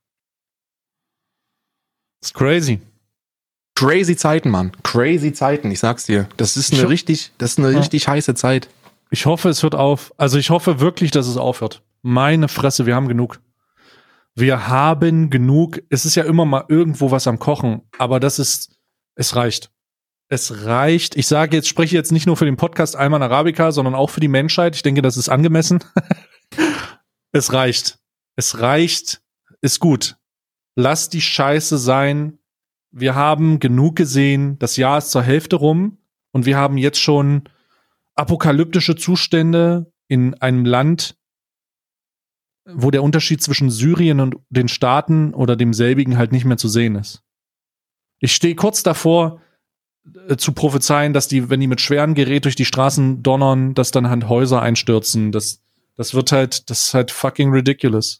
Das ist crazy. Crazy Zeiten, Mann. Crazy Zeiten, ich sag's dir. Das ist eine richtig heiße Zeit. Ich hoffe, es hört auf. Also ich hoffe wirklich, dass es aufhört. Meine Fresse, wir haben genug. Wir haben genug. Es ist ja immer mal irgendwo was am Kochen, aber es reicht. Es reicht. Ich spreche jetzt nicht nur für den Podcast Alman Arabica, sondern auch für die Menschheit. Ich denke, das ist angemessen. Es reicht. Es reicht. Ist gut. Lass die Scheiße sein. Wir haben genug gesehen. Das Jahr ist zur Hälfte rum und wir haben jetzt schon apokalyptische Zustände in einem Land, wo der Unterschied zwischen Syrien und den Staaten oder demselbigen halt nicht mehr zu sehen ist. Ich stehe kurz davor, zu prophezeien, dass wenn die mit schweren Gerät durch die Straßen donnern, dass dann halt Häuser einstürzen. Das ist halt fucking ridiculous.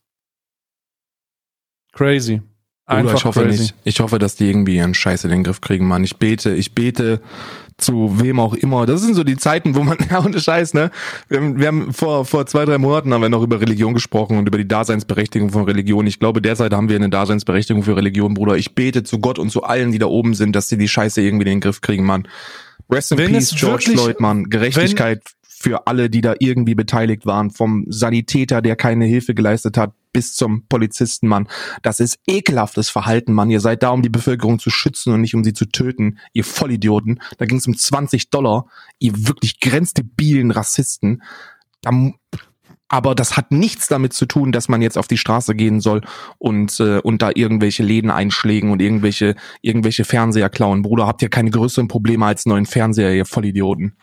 Crazy. Einfach ich hoffe crazy. Nicht. Ich hoffe, dass die irgendwie ihren Scheiß in den Griff kriegen, Mann. Ich bete zu wem auch immer. Das sind so die Zeiten, wo man, ja, ohne Scheiß, ne? Wir haben vor 2-3 Monaten haben wir noch über Religion gesprochen und über die Daseinsberechtigung von Religion. Ich glaube, derzeit haben wir eine Daseinsberechtigung für Religion, Bruder. Ich bete zu Gott und zu allen, die da oben sind, dass sie die Scheiße irgendwie in den Griff kriegen, Mann. Rest in Peace, George Floyd, Mann. Gerechtigkeit für alle, die da irgendwie beteiligt waren. Vom Sanitäter, der keine Hilfe geleistet hat, bis zum Polizisten, Mann. Das ist ekelhaftes Verhalten, Mann. Ihr seid da, um die Bevölkerung zu schützen und nicht um sie zu töten. Ihr Vollidioten. Da ging es um $20. Ihr wirklich grenzdebilen Rassisten. Aber das hat nichts damit zu tun, dass man jetzt auf die Straße gehen soll und da irgendwelche Läden einschlägen und irgendwelche Fernseher klauen. Bruder, habt ihr keine größeren Probleme als einen neuen Fernseher, ihr Vollidioten?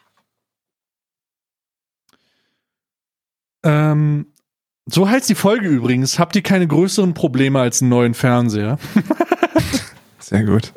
So heißt die Folge übrigens. Habt ihr keine größeren Probleme als einen neuen Fernseher? Sehr gut.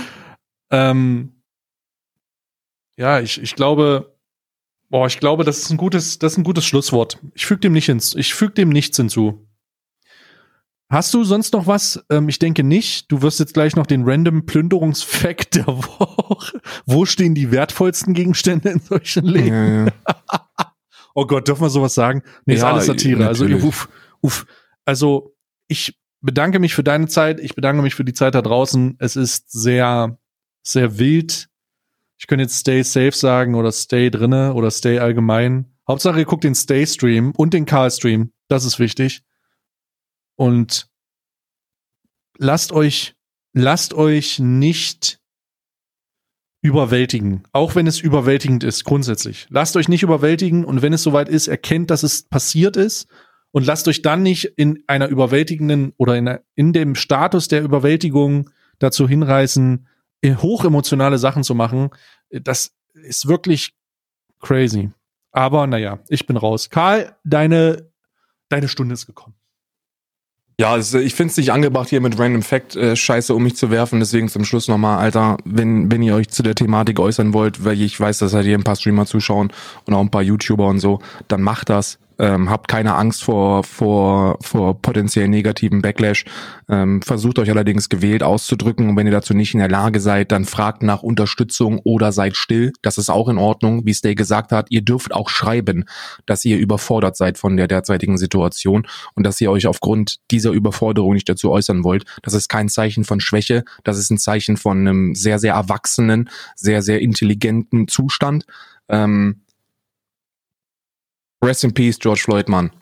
Ja, ich glaube, das ist ein gutes Schlusswort. Ich füge dem nichts hinzu. Hast du sonst noch was? Ich denke nicht. Du wirst jetzt gleich noch den random Plünderungsfact der Woche. Wo stehen die wertvollsten Gegenstände in solchen Läden? Ja. Oh Gott, dürfen wir sowas sagen? Nee, ist alles Satire. Natürlich. Also, ich bedanke mich für deine Zeit. Ich bedanke mich für die Zeit da draußen. Es ist sehr, sehr wild. Ich könnte jetzt Stay Safe sagen oder Stay drinne oder Stay allgemein. Hauptsache, ihr guckt den Stay-Stream und den Karl-Stream. Das ist wichtig. Und lasst euch nicht überwältigen. Auch wenn es überwältigend ist, grundsätzlich. Lasst euch nicht überwältigen und wenn es soweit ist, erkennt, dass es passiert ist und lasst euch dann nicht in einer überwältigenden oder in dem Status der Überwältigung dazu hinreißen, hochemotionale Sachen zu machen. Das ist wirklich crazy. Aber naja, ich bin raus. Karl, deine Stunde ist gekommen. Ja, also ich finde es nicht angebracht, hier mit Random Fact Scheiße um mich zu werfen. Deswegen zum Schluss nochmal, Alter, wenn ihr euch zu der Thematik äußern wollt, weil ich weiß, dass halt hier ein paar Streamer zuschauen und auch ein paar YouTuber und so, dann macht das. Habt keine Angst vor potenziell negativen Backlash. Versucht euch allerdings gewählt auszudrücken und wenn ihr dazu nicht in der Lage seid, dann fragt nach Unterstützung oder seid still. Das ist auch in Ordnung, wie Stay gesagt hat. Ihr dürft auch schreiben, dass ihr überfordert seid von der derzeitigen Situation und dass ihr euch aufgrund dieser Überforderung nicht dazu äußern wollt. Das ist kein Zeichen von Schwäche. Das ist ein Zeichen von einem sehr, sehr erwachsenen, sehr, sehr intelligenten Zustand. Rest in Peace, George Floyd, Mann.